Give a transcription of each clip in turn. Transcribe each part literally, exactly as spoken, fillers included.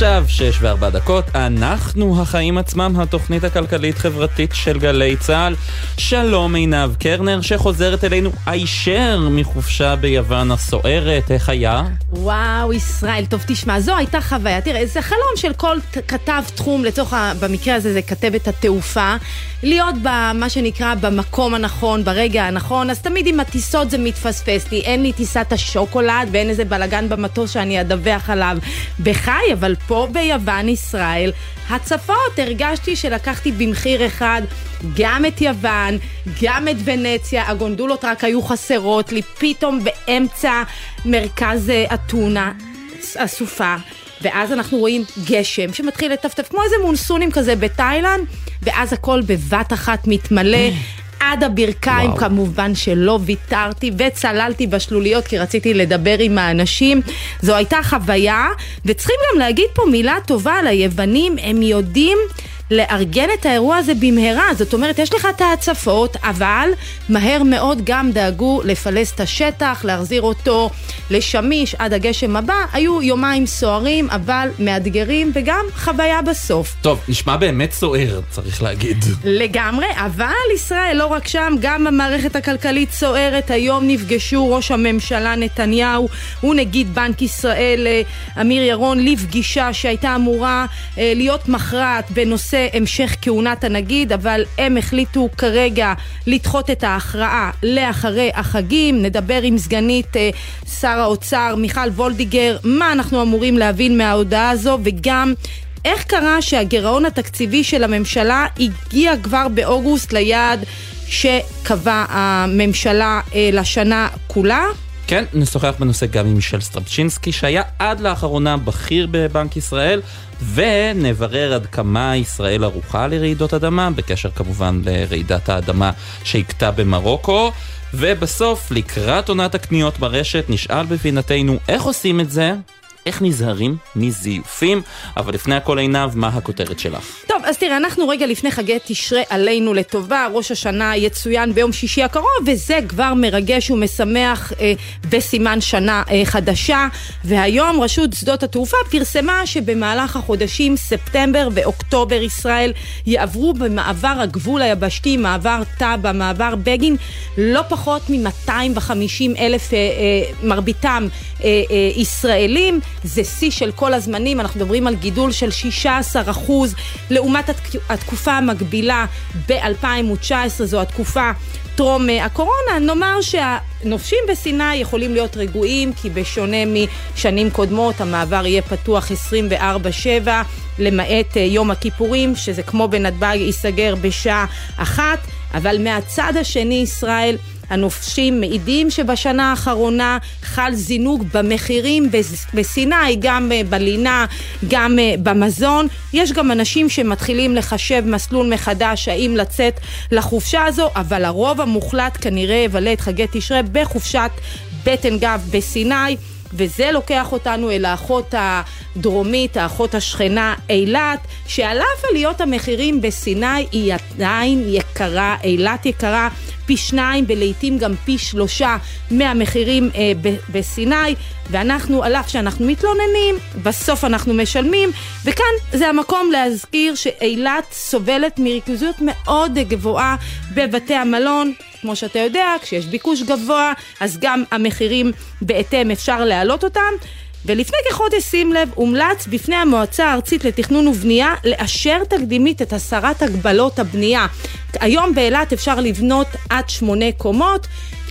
עכשיו שש וארבע דקות, אנחנו החיים עצמם, התוכנית הכלכלית חברתית של גלי צהל. שלום עינב קרנר שחוזרת אלינו הישר מחופשה ביוון הסוערת. איך היה? וואו ישראל, טוב תשמע, זו הייתה חוויה. תראה, זה חלום של כל כתב תחום, לצורך ה... במקרה הזה זה כתבת התעופה, להיות במה שנקרא במקום הנכון, ברגע הנכון. אז תמיד עם הטיסות זה מתפספס לי, אין לי טיסת השוקולד ואין איזה בלגן במטוס שאני אדווח עליו בחי, אבל פה ביוון ישראל הצפות, הרגשתי שלקחתי במחיר אחד גם את יוון, גם את ונציה. הגונדולות רק היו חסרות לי, פתאום באמצע מרכז אתונה הסופה, ואז אנחנו רואים גשם שמתחיל לטפטף כמו איזה מונסונים כזה בתאילנד, ואז הכל בבת אחת מתמלא עד הברכיים. וואו. כמובן שלא ויתרתי וצללתי בשלוליות כי רציתי לדבר עם האנשים. זו הייתה חוויה, וצריכים גם להגיד פה מילה טובה על היוונים, הם יודעים לארגן את האירוע הזה במהרה. זאת אומרת, יש לך את ההצפות, אבל מהר מאוד גם דאגו לפלס את השטח, להחזיר אותו לשמיש עד הגשם הבא. היו יומיים סוערים, אבל מאתגרים, וגם חוויה בסוף. טוב, נשמע באמת סוער, צריך להגיד. לגמרי, אבל ישראל לא רק שם, גם המערכת הכלכלית סוערת. היום נפגשו ראש הממשלה נתניהו ונגיד בנק ישראל אמיר ירון לפגישה שהייתה אמורה להיות מכרעת בנושא המשך כהונת הנגיד, אבל הם החליטו כרגע לדחות את ההכרעה לאחרי החגים. נדבר עם סגנית שר האוצר מיכל וולדיגר מה אנחנו אמורים להבין מההודעה הזו, וגם איך קרה שהגירעון התקציבי של הממשלה הגיע כבר באוגוסט ליעד שקבע הממשלה לשנה כולה. כן, נשוחח בנושא גם עם מישל סטרבצ'ינסקי שהיה עד לאחרונה בכיר בבנק ישראל, ונברר עד כמה ישראל ערוכה לרעידות אדמה, בקשר כמובן לרעידת האדמה שהקטה במרוקו. ובסוף, לקראת עונת הקניות ברשת, נשאל בפינתנו איך עושים את זה, איך נזהרים מזיופים. אבל לפני הכל עינב, מה הכותרת שלך? טוב, אז תראה, אנחנו רגע לפני חגי תשרי עלינו לטובה. ראש השנה יצוין ביום שישי הקרוב, וזה כבר מרגש ומשמח אה, בסימן שנה אה, חדשה. והיום רשות שדות התעופה פרסמה שבמהלך החודשים ספטמבר ואוקטובר ישראל יעברו במעבר הגבול היבשתי, מעבר טאבה, מעבר בגין, לא פחות מ-מאתיים וחמישים אלף, אה, אה, מרביתם אה, אה, ישראלים. זה שיא של כל הזמנים, אנחנו מדברים על גידול של שישה עשר אחוז לעומת התקופה המקבילה ב-אלפיים תשע עשרה, זו התקופה טרום הקורונה. נאמר שהנופשים בסיני יכולים להיות רגועים, כי בשונה משנים קודמות המעבר יהיה פתוח עשרים וארבע שבע, למעט יום הכיפורים שזה כמו בנתב"ג ייסגר בשעה אחת. אבל מהצד השני ישראל, הנופשים מעידים שבשנה האחרונה חל זינוק במחירים בסיני, גם בלינה, גם במזון. יש גם אנשים שמתחילים לחשב מסלול מחדש האם לצאת לחופשה הזו, אבל הרוב המוחלט כנראה יבלה את חגי תשרי בחופשת בטן גב בסיני. וזה לוקח אותנו אל האחות הדרומית, האחות השכנה אילת, שעל אף עליות המחירים בסיני היא עדיין יקרה. אילת יקרה פי שניים, ולעיתים גם פי שלושה מהמחירים אה, ב- בסיני, ואנחנו, על אף שאנחנו מתלוננים, בסוף אנחנו משלמים. וכאן זה המקום להזכיר שאילת סובלת מריכוזיות מאוד גבוהה בבתי המלון. כמו שאתה יודע, כשיש ביקוש גבוה, אז גם המחירים בהתאם אפשר להעלות אותם. ולפני כחודש, שים לב, הומלץ בפני המועצה הארצית לתכנון ובנייה לאשר תקדימית את הסרת הגבלות הבנייה. היום באילת אפשר לבנות עד שמונה קומות.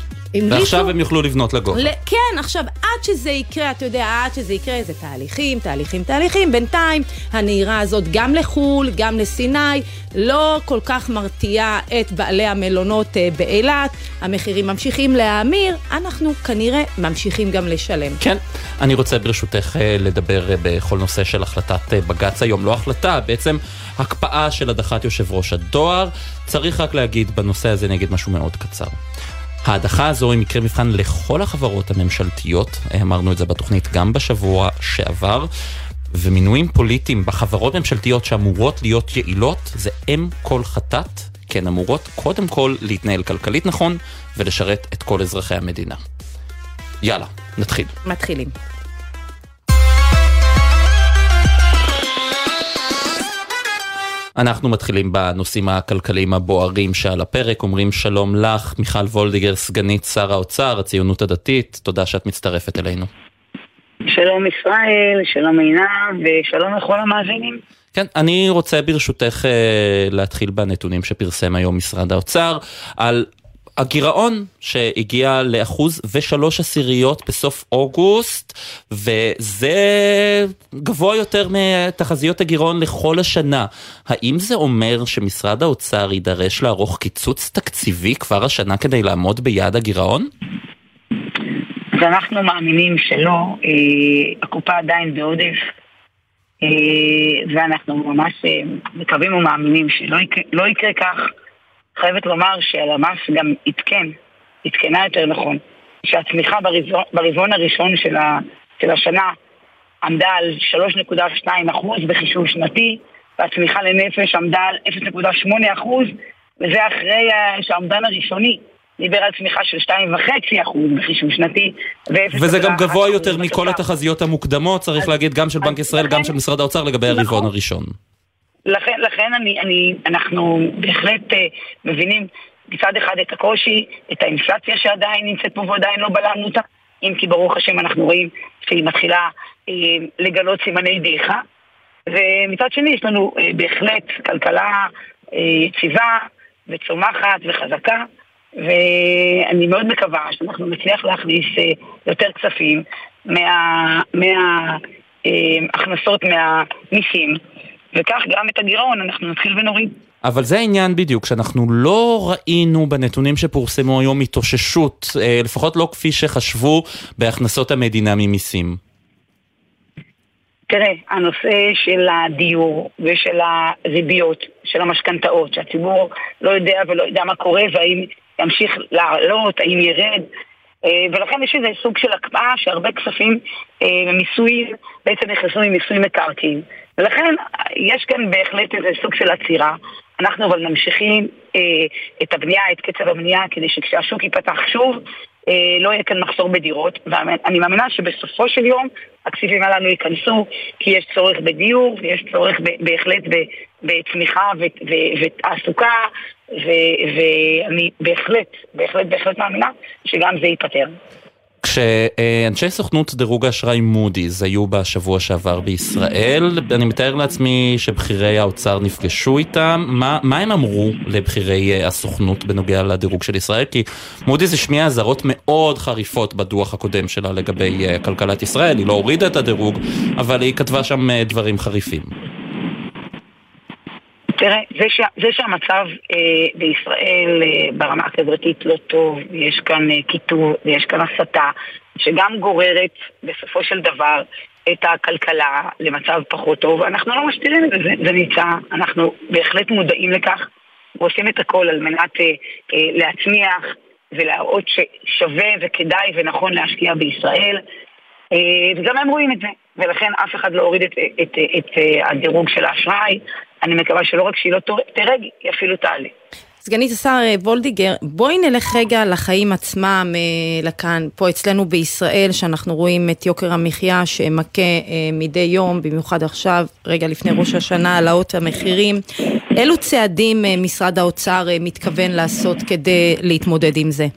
ועכשיו הם יוכלו לבנות לגובה. כן, עכשיו עד שזה יקרה, אתה יודע, עד שזה יקרה, זה תהליכים, תהליכים, תהליכים. בינתיים הנהירה הזאת גם לחול, גם לסיני, לא כל כך מרתיעה את בעלי המלונות באילת. המחירים ממשיכים להאמיר, אנחנו כנראה ממשיכים גם לשלם. כן, אני רוצה ברשותך לדבר בכל נושא של החלטת בג"ץ היום. לא החלטה, בעצם הקפאה של הדחת יושב ראש הדואר. צריך רק להגיד בנושא הזה נגיד משהו מאוד קצר. ההדחה הזו היא מקרה מבחן לכל החברות הממשלתיות, אמרנו את זה בתוכנית גם בשבוע שעבר, ומינויים פוליטיים בחברות ממשלתיות שאמורות להיות יעילות, זה אם כל חטאת, כן אמורות קודם כל להתנהל כלכלית נכון, ולשרת את כל אזרחי המדינה. יאללה, נתחיל. מתחילים. אנחנו מתחילים בנושאים הכלכליים הבוערים שעל הפרק. אומרים שלום לך, מיכל וולדיגר, סגנית שר האוצר, הציונות הדתית, תודה שאת מצטרפת אלינו. שלום ישראל, שלום עינה ושלום לכל המאזינים. כן, אני רוצה ברשותך להתחיל בנתונים שפרסם היום משרד האוצר על הגירעון שהגיע לאחוז ושלוש עשיריות בסוף אוגוסט, וזה גבוה יותר מתחזיות הגירעון לכל השנה. האם זה אומר שמשרד האוצר יידרש לערוך קיצוץ תקציבי כבר השנה כדי לעמוד ביעד הגירעון? אז אנחנו מאמינים שלא, הקופה עדיין בעודף, ואנחנו ממש מקווים ומאמינים שלא יקרה, לא יקרה כך. חייבת לומר שהלמ"ס גם התקן, התקנה יותר נכון, שהצמיחה ברבעון, ברבעון הראשון של, ה, של השנה עמדה על שלוש נקודה שתיים אחוז בחישוב שנתי, והצמיחה לנפש עמדה על אפס נקודה שמונה אחוז, וזה אחרי שהעמדן הראשוני דיבר על צמיחה של שתיים נקודה חמש אחוז בחישוב שנתי. וזה גם גבוה יותר מכל התחזיות המוקדמות, צריך להגיד, גם של בנק ישראל, גם של משרד האוצר לגבי הרבעון הראשון. לכן, לכן אני, אני, אנחנו בהחלט uh, מבינים מצד אחד את הקושי, את האינפלציה שעדיין נמצאת פה ועדיין לא בלמנו אותה, אם כי ברוך השם אנחנו רואים שהיא מתחילה uh, לגלות סימני דעיכה, ומצד שני יש לנו uh, בהחלט כלכלה uh, יציבה וצומחת וחזקה, ואני מאוד מקווה שאנחנו נצליח להכניס uh, יותר כספים מה, מה, uh, הכנסות מהמיסים, וכך גם את הגירעון אנחנו נתחיל ונוריד. אבל זה העניין בדיוק, שאנחנו לא ראינו בנתונים שפורסמו היום התאוששות, לפחות לא כפי שחשבו בהכנסות המדינה ממיסים. תראה, הנושא של הדיור ושל הריביות, של המשכנתאות, שהציבור לא יודע ולא יודע מה קורה, והאם ימשיך לעלות, האם ירד, ולכן יש איזה סוג של הקפאה שהרבה כספים מיסוי בעצם נכנסו ממיסוי מקרקעין, ולכן יש כאן בהחלט איזה סוג של עצירה. אנחנו אבל ממשיכים אה, את הבנייה, את קצב הבנייה, כדי שכשהשוק ייפתח שוב אה, לא יהיה כאן מחסור בדירות, ואני מאמינה שבסופו של יום הכספים הללו ייכנסו, כי יש צורך בדיור ויש צורך ב- בהחלט ב- בצמיחה ו- ו- ותעסוקה, ואני בהחלט, בהחלט, בהחלט מאמינה שגם זה ייפטר. כשאנשי סוכנות דירוג האשראי מודי'ס היו בשבוע שעבר בישראל, אני מתאר לעצמי שבחירי האוצר נפגשו איתם. מה, מה הם אמרו לבחירי הסוכנות בנוגע לדירוג של ישראל? כי מודי'ס השמיעה אזהרות מאוד חריפות בדוח הקודם שלה לגבי כלכלת ישראל. היא לא הורידה את הדירוג, אבל היא כתבה שם דברים חריפים. תראה, זה, ש... זה שהמצב אה, בישראל אה, ברמה החברתית לא טוב, יש כאן אה, קיטור ויש כאן הסתה, שגם גוררת בסופו של דבר את הכלכלה למצב פחות טוב. אנחנו לא משתירים את זה, זה, זה נמצא, אנחנו בהחלט מודעים לכך, ועושים את הכל על מנת אה, אה, להצמיח ולהראות ששווה וכדאי ונכון להשקיע בישראל, אה, וגם הם רואים את זה, ולכן אף אחד לא הוריד את, את, את, את, את הדירוג של האשראי. אני מקווה שלא רק שהיא לא תרג, היא אפילו תעלה. סגנית השר וולדיגר, בואי נלך רגע לחיים עצמם לכאן, פה אצלנו בישראל, שאנחנו רואים את יוקר המחיה שמכה מדי יום, במיוחד עכשיו, רגע לפני ראש השנה, העלאות המחירים. אילו צעדים משרד האוצר מתכוון לעשות כדי להתמודד עם זה?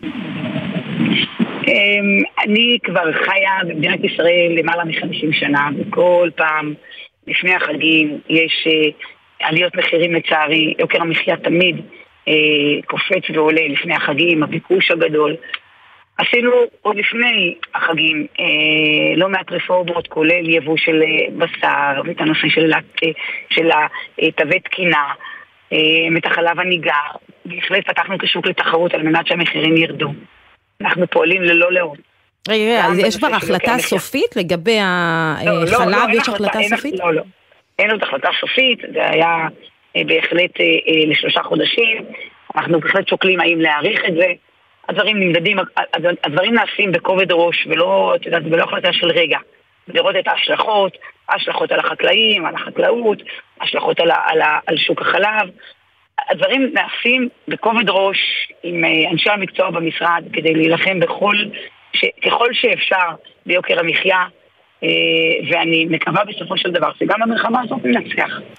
אני כבר חיה במדינת ישראל למעלה מ-חמישים שנה, וכל פעם לפני החגים יש עליות מחירים לצערי, יוקר המחיה תמיד אה, קופץ ועולה לפני החגים, הביקוש הגדול. עשינו עוד לפני החגים אה, לא מעט רפורמות, כולל יבוא של בשר, ואת הנושא של, של תווי תקינה, אה, את החלב הניגר. בהחלט פתחנו כשוק לתחרות על מנת שהמחירים ירדו. אנחנו פועלים ללא לאות. רגע, אז יש כבר החלטה סופית לגבי החלב? יש החלטה סופית? לא, לא. אין עוד החלטה סופית, זה היה אה, בהחלט אה, אה, לשלושה חודשים, אנחנו בהחלט שוקלים האם להאריך את זה, הדברים נמדדים, הדברים נעשים בכובד ראש, ולא, את יודעת, ולא החלטה של רגע, לראות את ההשלכות, ההשלכות על החקלאים, על החקלאות, ההשלכות על, על, על שוק החלב, הדברים נעשים בכובד ראש עם אה, אנשי המקצוע במשרד, כדי להילחם בכל, ש, ככל שאפשר ביוקר המחיה, ואני מקווה בסופו של דבר שגם המלחמה הזאת נצליח.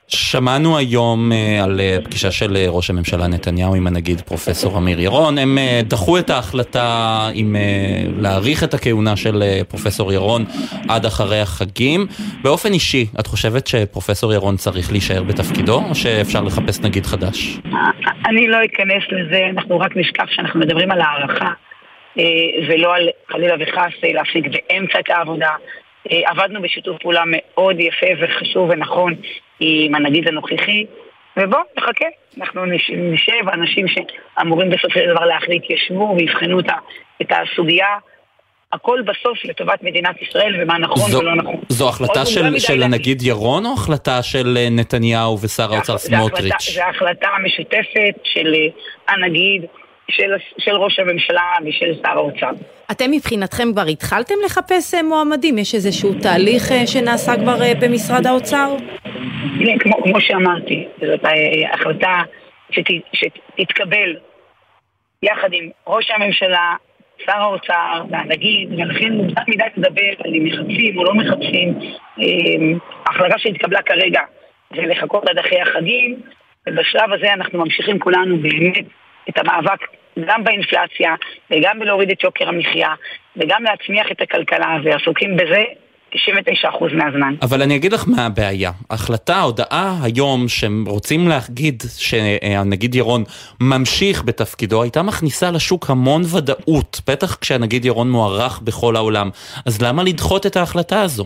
שמענו היום על פגישה של ראש הממשלה נתניהו עם הנגיד פרופסור אמיר ירון. הם דחו את ההחלטה עם להאריך את הכהונה של פרופסור ירון עד אחרי החגים. באופן אישי, את חושבת שפרופסור ירון צריך להישאר בתפקידו, או שאפשר לחפש נגיד חדש? אני לא אכנס לזה, אנחנו רק נשכח שאנחנו מדברים על הערכה, ולא על חלילה וחס להפסיק באמצע את העבודה. עבדנו בשיתוף פעולה מאוד יפה וחשוב ונכון עם הנגיד הנוכחי, ובוא, נחכה. אנחנו נשב, אנשים שאמורים בסופו של דבר להחליט ישבו ויבחנו את הסוגיה, הכל בסוף לטובת מדינת ישראל ומה נכון ולא נכון. זו החלטה של, של הנגיד ירון או החלטה של נתניהו ושר האוצר סמוטריץ'? זו החלטה משותפת של הנגיד, של, של ראש הממשלה ושל שר האוצר. אתם מבחינתכם כבר התחלתם לחפש מועמדים? יש איזשהו תהליך שנעשה כבר במשרד האוצר? כמו, כמו שאמרתי, זאת החלטה שת, שתתקבל יחד עם ראש הממשלה, שר האוצר והנגיד, ולכן מובן מדי לדבר על אם מחפשים או לא מחפשים. ההחלטה שהתקבלה כרגע זה לחכות עד אחרי החגים, ובשלב הזה אנחנו ממשיכים כולנו באמת את המאבק גם באינפלציה וגם בלהוריד את יוקר המחיה וגם להצמיח את הכלכלה, ועסוקים בזה תשעים ותשעה אחוז מהזמן. אבל אני אגיד לך מה הבעיה. ההחלטה, ההודעה היום שהם רוצים להגיד שהנגיד ירון ממשיך בתפקידו, הייתה מכניסה לשוק המון ודאות, בטח כשהנגיד ירון מוערך בכל העולם. אז למה לדחות את ההחלטה הזו?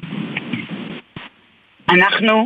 אנחנו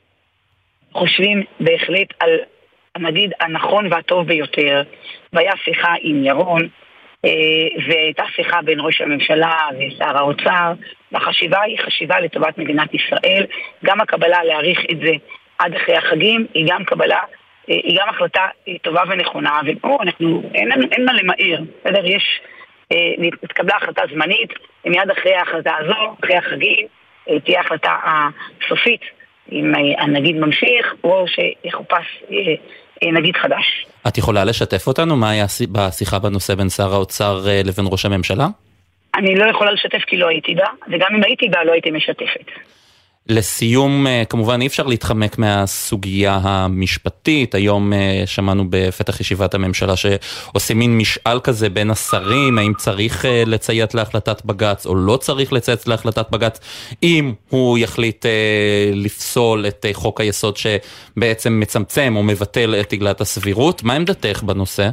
חושבים בהחלט על הנגיד הנכון והטוב ביותר, והיה שיחה עם ירון, והייתה שיחה בין ראש הממשלה ושר האוצר, והחשיבה היא חשיבה לטובת מדינת ישראל. גם הקבלה להאריך את זה עד אחרי החגים היא גם קבלה, היא גם החלטה טובה ונכונה, ופה אנחנו, אין, אין מה למהר, בסדר? יש, התקבלה החלטה זמנית, ומיד אחרי ההחלטה הזו, אחרי החגים, תהיה החלטה הסופית, אם הנגיד ממשיך, או שיחופש נגיד חדש. את יכולה לשתף אותנו מה היה בשיחה בנושא בין שר האוצר לבין ראש הממשלה? אני לא יכולה לשתף כי לא הייתי בה, וגם אם הייתי בה לא הייתי משתפת. לסיום, כמובן אי אפשר להתחמק מהסוגיה המשפטית. היום שמענו בפתח ישיבת הממשלה שעושים מין משאל כזה בין השרים, האם צריך לציית להחלטת בג"ץ או לא צריך לציית להחלטת בג"ץ, אם הוא יחליט לפסול את חוק היסוד שבעצם מצמצם או מבטל את עילת הסבירות. מה עמדתך בנושא?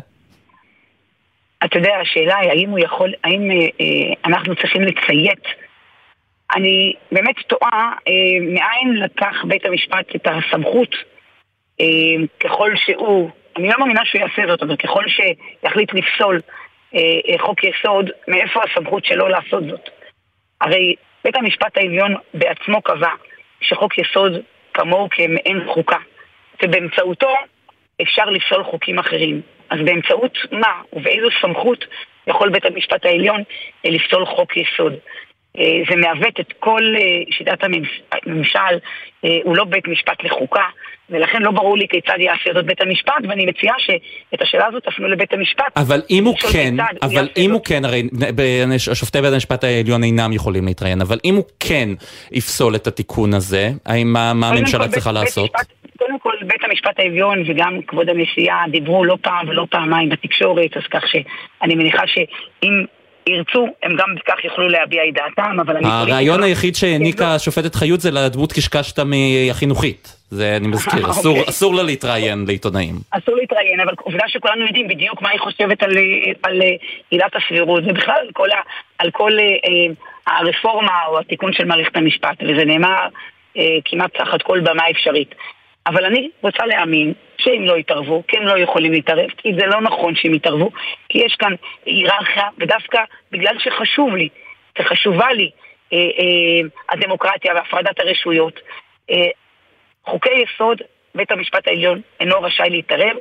אתה יודע, השאלה היא האם הוא יכול, האם אנחנו צריכים לציית. אני באמת טועה, אה, מאין לקח בית המשפט את הסמכות, אה, ככל שהוא, אני לא מאמינה שהוא יעשה זאת, אבל ככל שיחליט לפסול אה, אה, חוק יסוד, מאיפה הסמכות שלו לעשות זאת? הרי בית המשפט העליון בעצמו קבע שחוק יסוד כמוהו כמעין חוקה, ובאמצעותו אפשר לפסול חוקים אחרים. אז באמצעות מה ובאיזו סמכות יכול בית המשפט העליון אה, לפסול חוק יסוד? זה מעוות את כל שיטת הממשל, הוא לא בית משפט לחוקה, ולכן לא ברור לי כיצד יעשה זאת בית המשפט, ואני מציעה שאת השאלה הזאת תפנו לבית המשפט. אבל אם הוא כן, אבל אם הוא כן, הרי שופטי בית המשפט העליון אינם יכולים להתראיין, אבל אם הוא כן יפסול את התיקון הזה, מה הממשלה צריכה לעשות? קודם כל, בית המשפט העליון וגם כבוד הנשיאה דיברו לא פעם ולא פעמיים בתקשורת, אז כך שאני מניחה שאם ירצו, הם גם בכך יוכלו להביע את דעתם, אבל אני... הרעיון היחיד שהעניקה השופטת חיות זה לדמות קשקשת מהחינוכית. זה אני מזכיר, אסור לה להתראיין לעיתונאים. אסור להתראיין, אבל עובדה שכולנו יודעים בדיוק מה היא חושבת על עילת הסבירות, ובכלל על כל הרפורמה או התיקון של מערכת המשפט, וזה נאמר כמעט תחת כל במה אפשרית. אבל אני רוצה להאמין שאם לא יתערבו, כי הם לא יכולים להתערב, כי זה לא נכון שהם יתערבו, כי יש כאן היררכיה, ודווקא בגלל שחשוב לי, שחשובה לי אה, אה, הדמוקרטיה והפרדת הרשויות, אה, חוקי יסוד, בית המשפט העליון אינו רשאי להתערב,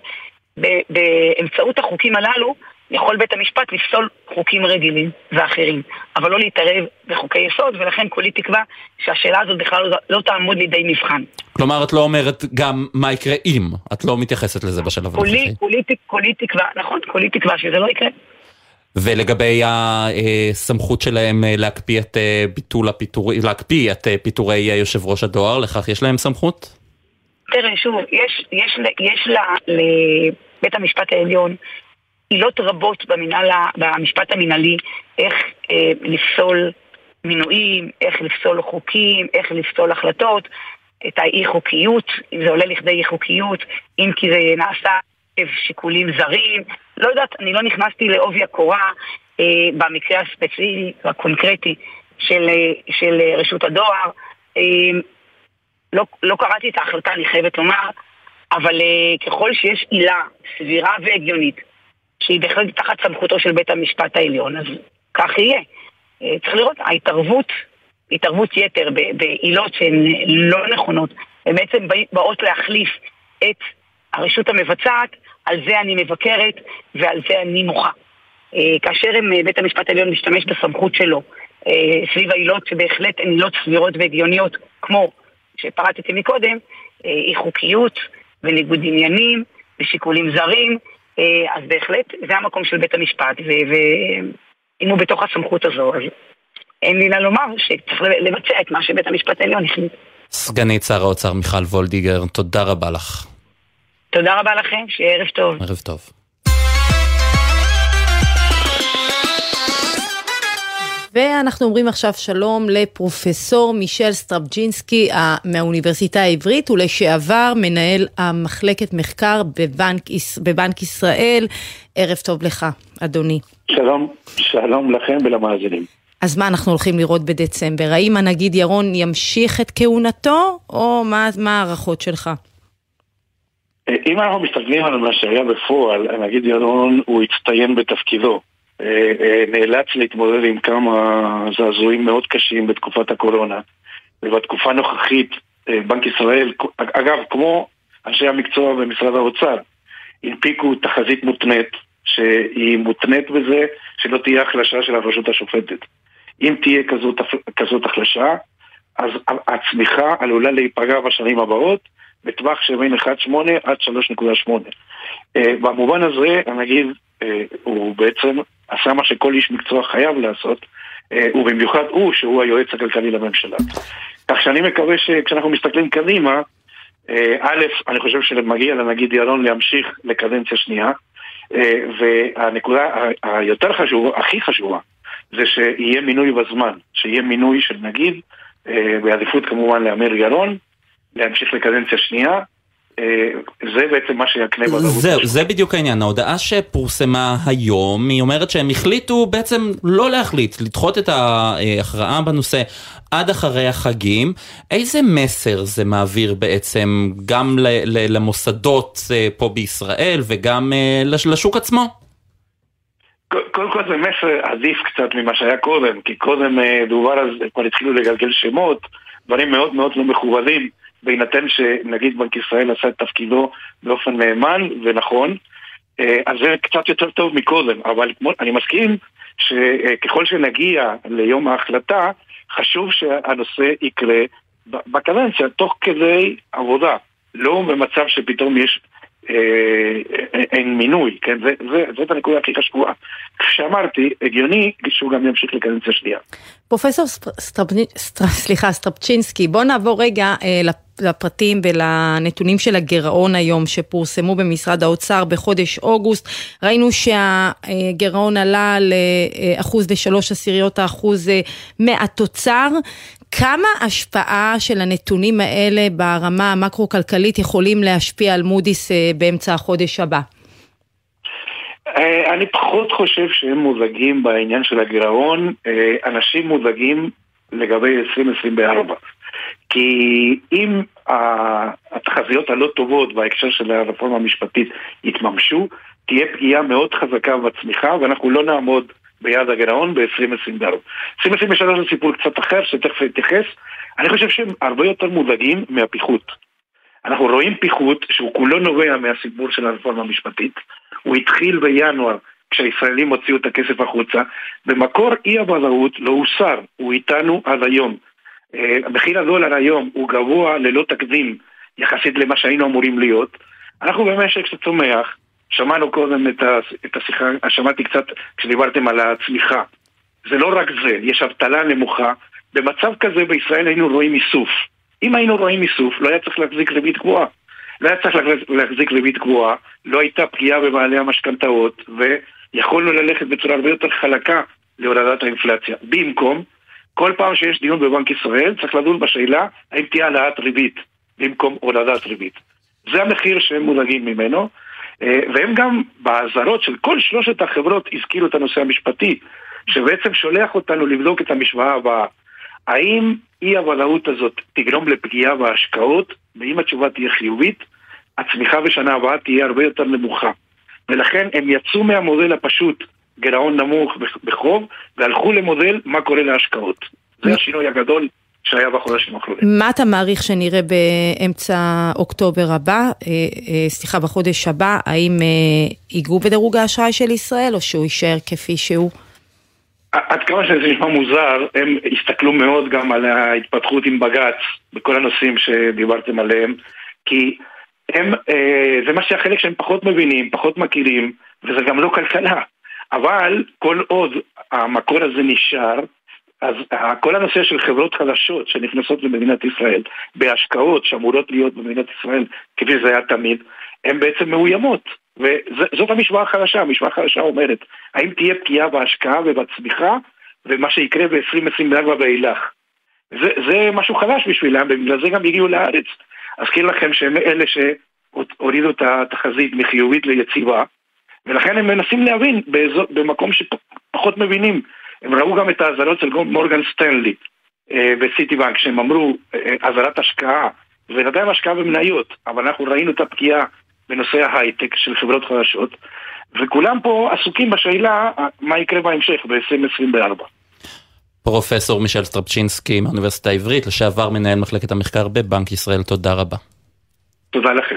באמצעות החוקים הללו יכול בית המשפט לפסול חוקים רגילים ואחרים, אבל לא להתערב בחוקי יסוד, ולכן כולי תקווה שהשאלה הזאת בכלל לא, לא תעמוד לידי מבחן. כלומר, את לא אומרת גם מה יקרה אם, את לא מתייחסת לזה בשלב הנוכחי. כולי תקווה, נכון, כולי תקווה שזה לא יקרה. ולגבי הסמכות שלהם להקפיא את ביטול הפיטורי, להקפיא את פיטורי יושב ראש הדואר, לכך יש להם סמכות? תראה, שוב, יש, יש, יש לה, לבית המשפט העליון עילות רבות במנהל, במשפט המנהלי, איך אה, לפסול מינויים, איך לפסול חוקים, איך לפסול החלטות, את האי חוקיות, אם זה עולה לכדי אי חוקיות, אם כי זה נעשה שיקולים זרים, לא יודעת, אני לא נכנסתי לעובי הקורה אה, במקרה הספציפי, הקונקרטי של, של רשות הדואר, אה, לא, לא קראתי את ההחלטה, אני חייבת לומר, אבל uh, ככל שיש עילה סבירה והגיונית, שהיא בהחלט תחת סמכותו של בית המשפט העליון, אז כך יהיה. Uh, צריך לראות, ההתערבות, התערבות יתר בעילות שהן לא נכונות, הן בעצם באות להחליף את הרשות המבצעת, על זה אני מבקרת ועל זה אני מוחה. Uh, כאשר הם, בית המשפט העליון משתמש בסמכות שלו, uh, סביב העילות שבהחלט הן עילות סבירות והגיוניות, כמו שפרטתי מקודם, אי חוקיות וניגוד עניינים ושיקולים זרים, אז בהחלט זה המקום של בית המשפט, ואם הוא בתוך הסמכות הזו, אז אין לי לה לומר שצריך לבצע את מה שבית המשפט העליון החליט. סגנית שר האוצר מיכל וולדיגר, תודה רבה לך. תודה רבה לכם, שערב טוב. ערב טוב. ואנחנו אומרים עכשיו שלום לפרופסור מישל סטרבצ'ינסקי מהאוניברסיטה העברית, ולשעבר מנהל המחלקת מחקר בבנק, בבנק ישראל. ערב טוב לך, אדוני. שלום, שלום לכם ולמאזינים. אז מה אנחנו הולכים לראות בדצמבר? האם הנגיד ירון ימשיך את כהונתו, או מה, מה הערכות שלך? אם אנחנו מסתכלים על מה שהיה בפועל, הנגיד ירון הוא הצטיין בתפקידו. נאלץ להתמודד עם כמה זעזועים מאוד קשים בתקופת הקורונה, ובתקופה הנוכחית בנק ישראל, אגב, כמו אנשי המקצוע במשרד האוצר, הנפיקו תחזית מותנית, שהיא מותנית בזה שלא תהיה החלשה של הרשות השופטת. אם תהיה כזאת, כזאת החלשה, אז הצמיחה עלולה להיפגע בשנים הבאות, בטווח שבין אחת נקודה שמונה עד שלוש נקודה שמונה. במובן הזה, הנגיד, הוא בעצם עשה מה שכל איש מקצוע חייב לעשות, ובמיוחד הוא, שהוא היועץ הכלכלי לממשלה. כך שאני מקווה שכשאנחנו מסתכלים קדימה, א', אני חושב שמגיע לנגיד ירון להמשיך לקדנציה שנייה, והנקודה היותר חשובה, הכי חשובה, זה שיהיה מינוי בזמן, שיהיה מינוי של נגיד, בעדיפות כמובן לאמיר ירון, להמשיך לקדנציה שנייה, זה בעצם מה שיקנה בדעות. זהו, זה בדיוק העניין. ההודעה שפורסמה היום, היא אומרת שהם החליטו בעצם לא להחליט, לדחות את ההכרעה בנושא עד אחרי החגים. איזה מסר זה מעביר בעצם גם למוסדות פה בישראל וגם לשוק עצמו? קודם כל זה מסר עדיף קצת ממה שהיה קודם, כי קודם דובר אז כבר התחילו לגלגל שמות, דברים מאוד מאוד לא מכובדים, בהינתן שנגיד בנק ישראל עשה את תפקידו באופן נאמן ונכון, אז זה קצת יותר טוב מקודם, אבל אני מסכים שככל שנגיע ליום ההחלטה, חשוב שהנושא יקרה בקדנציה, תוך כדי עבודה, לא במצב שפתאום יש אין מינוי, כן? זה, זה, זאת הנקודה הכי חשובה. כשאמרתי, הגיוני שהוא גם ימשיך לקדנציה שנייה. פרופסור סליחה, סטרבצ'ינסקי, בוא נעבור רגע לפרטים ולנתונים של הגירעון היום שפורסמו במשרד האוצר בחודש אוגוסט. ראינו שהגירעון עלה לאחוז ושלוש עשיריות האחוז מהתוצר. כמה השפעה של הנתונים האלה ברמה המקרו-כלכלית יכולים להשפיע על מודי'ס באמצע החודש הבא? אני פחות חושב שהם מודאגים בעניין של הגירעון, אנשים מודאגים לגבי עשרים עשרים וארבע. כי אם התחזיות הלא טובות בהקשר של הרפורמה המשפטית יתממשו, תהיה פגיעה מאוד חזקה בצמיחה, ואנחנו לא נעמוד ביעד הגירעון ב-עשרים עשרים וארבע. עשרים עשרים ושלוש זה סיפור קצת אחר שתכף יתייחס. אני חושב שהם הרבה יותר מודאגים מהפיחות. אנחנו רואים פיחות שהוא כולו נובע מהסיפור של הרפורמה המשפטית. הוא התחיל בינואר כשהישראלים הוציאו את הכסף החוצה. במקור אי הוודאות לא הוסר, הוא איתנו עד היום. מחיר הדולר היום הוא גבוה ללא תקדים יחסית למה שהיינו אמורים להיות. אנחנו במשק שצומח, שמענו קודם את השיחה, שמעתי קצת כשדיברתם על הצמיחה. זה לא רק זה, יש אבטלה נמוכה. במצב כזה בישראל היינו רואים איסוף. אם היינו רואים איסוף, לא היה צריך להחזיק ריבית גבוהה. לא היה צריך להחזיק ריבית גבוהה, לא הייתה פגיעה בבעלי המשכנתאות, ויכולנו ללכת בצורה הרבה יותר חלקה להורדת האינפלציה. במקום, כל פעם שיש דיון בבנק ישראל, צריך לדון בשאלה האם תהיה העלאת ריבית, במקום הורדת ריבית. זה המחיר שהם מודאגים ממנו, והם גם בעזרות של כל שלושת החברות הזכירו את הנושא המשפטי, שבעצם שולח אותנו לבדוק את המשוואה הבאה. האם אי הוודאות הזאת תגרום לפגיעה בהשקעות, ואם התשובה תהיה חיובית, הצמיחה בשנה הבאה תהיה הרבה יותר נמוכה. ולכן הם יצאו מהמודל הפשוט, גירעון נמוך בחוב, והלכו למודל מה קורה להשקעות. זה השינוי הגדול שהיה בחודשים האחרונים. מה אתה מעריך שנראה באמצע אוקטובר הבא, סליחה, בחודש הבא, האם ייגעו בדירוג האשראי של ישראל, או שהוא יישאר כפי שהוא? עד כמה שזה נשמע מוזר, הם הסתכלו מאוד גם על ההתפתחות עם בג"ץ, בכל הנושאים שדיברתם עליהם, כי הם, זה מה שהחלק שהם פחות מבינים, פחות מכירים, וזה גם לא כלכלה. אבל כל עוד המקור הזה נשאר, אז כל הנושא של חברות חדשות שנכנסות למדינת ישראל, בהשקעות שאמורות להיות במדינת ישראל, כפי זה היה תמיד, הן בעצם מאוימות. וזאת המשוואה החדשה. המשוואה החדשה אומרת, האם תהיה פגיעה בהשקעה ובצמיחה, ומה שיקרה ב-עשרים עשרים וארבע באילך. זה, זה משהו חדש בשבילם, ובגלל זה גם הגיעו לארץ. אזכיר לכם שהם אלה שהורידו את התחזית מחיובית ליציבה, ולכן הם מנסים להבין באזור, במקום שפחות מבינים. הם ראו גם את ההזרות של מורגן סטנלי וסיטי בנק, שהם אמרו הזרת השקעה, ונדיים השקעה במניות, אבל אנחנו ראינו את הפגיעה בנושא ההייטק של חברות חדשות, וכולם פה עסוקים בשאלה מה יקרה בהמשך ב-עשרים עשרים וארבע. פרופסור מישל סטרבצ'ינסקי מהאוניברסיטה העברית, לשעבר מנהל מחלקת המחקר בבנק ישראל, תודה רבה. תודה לכם.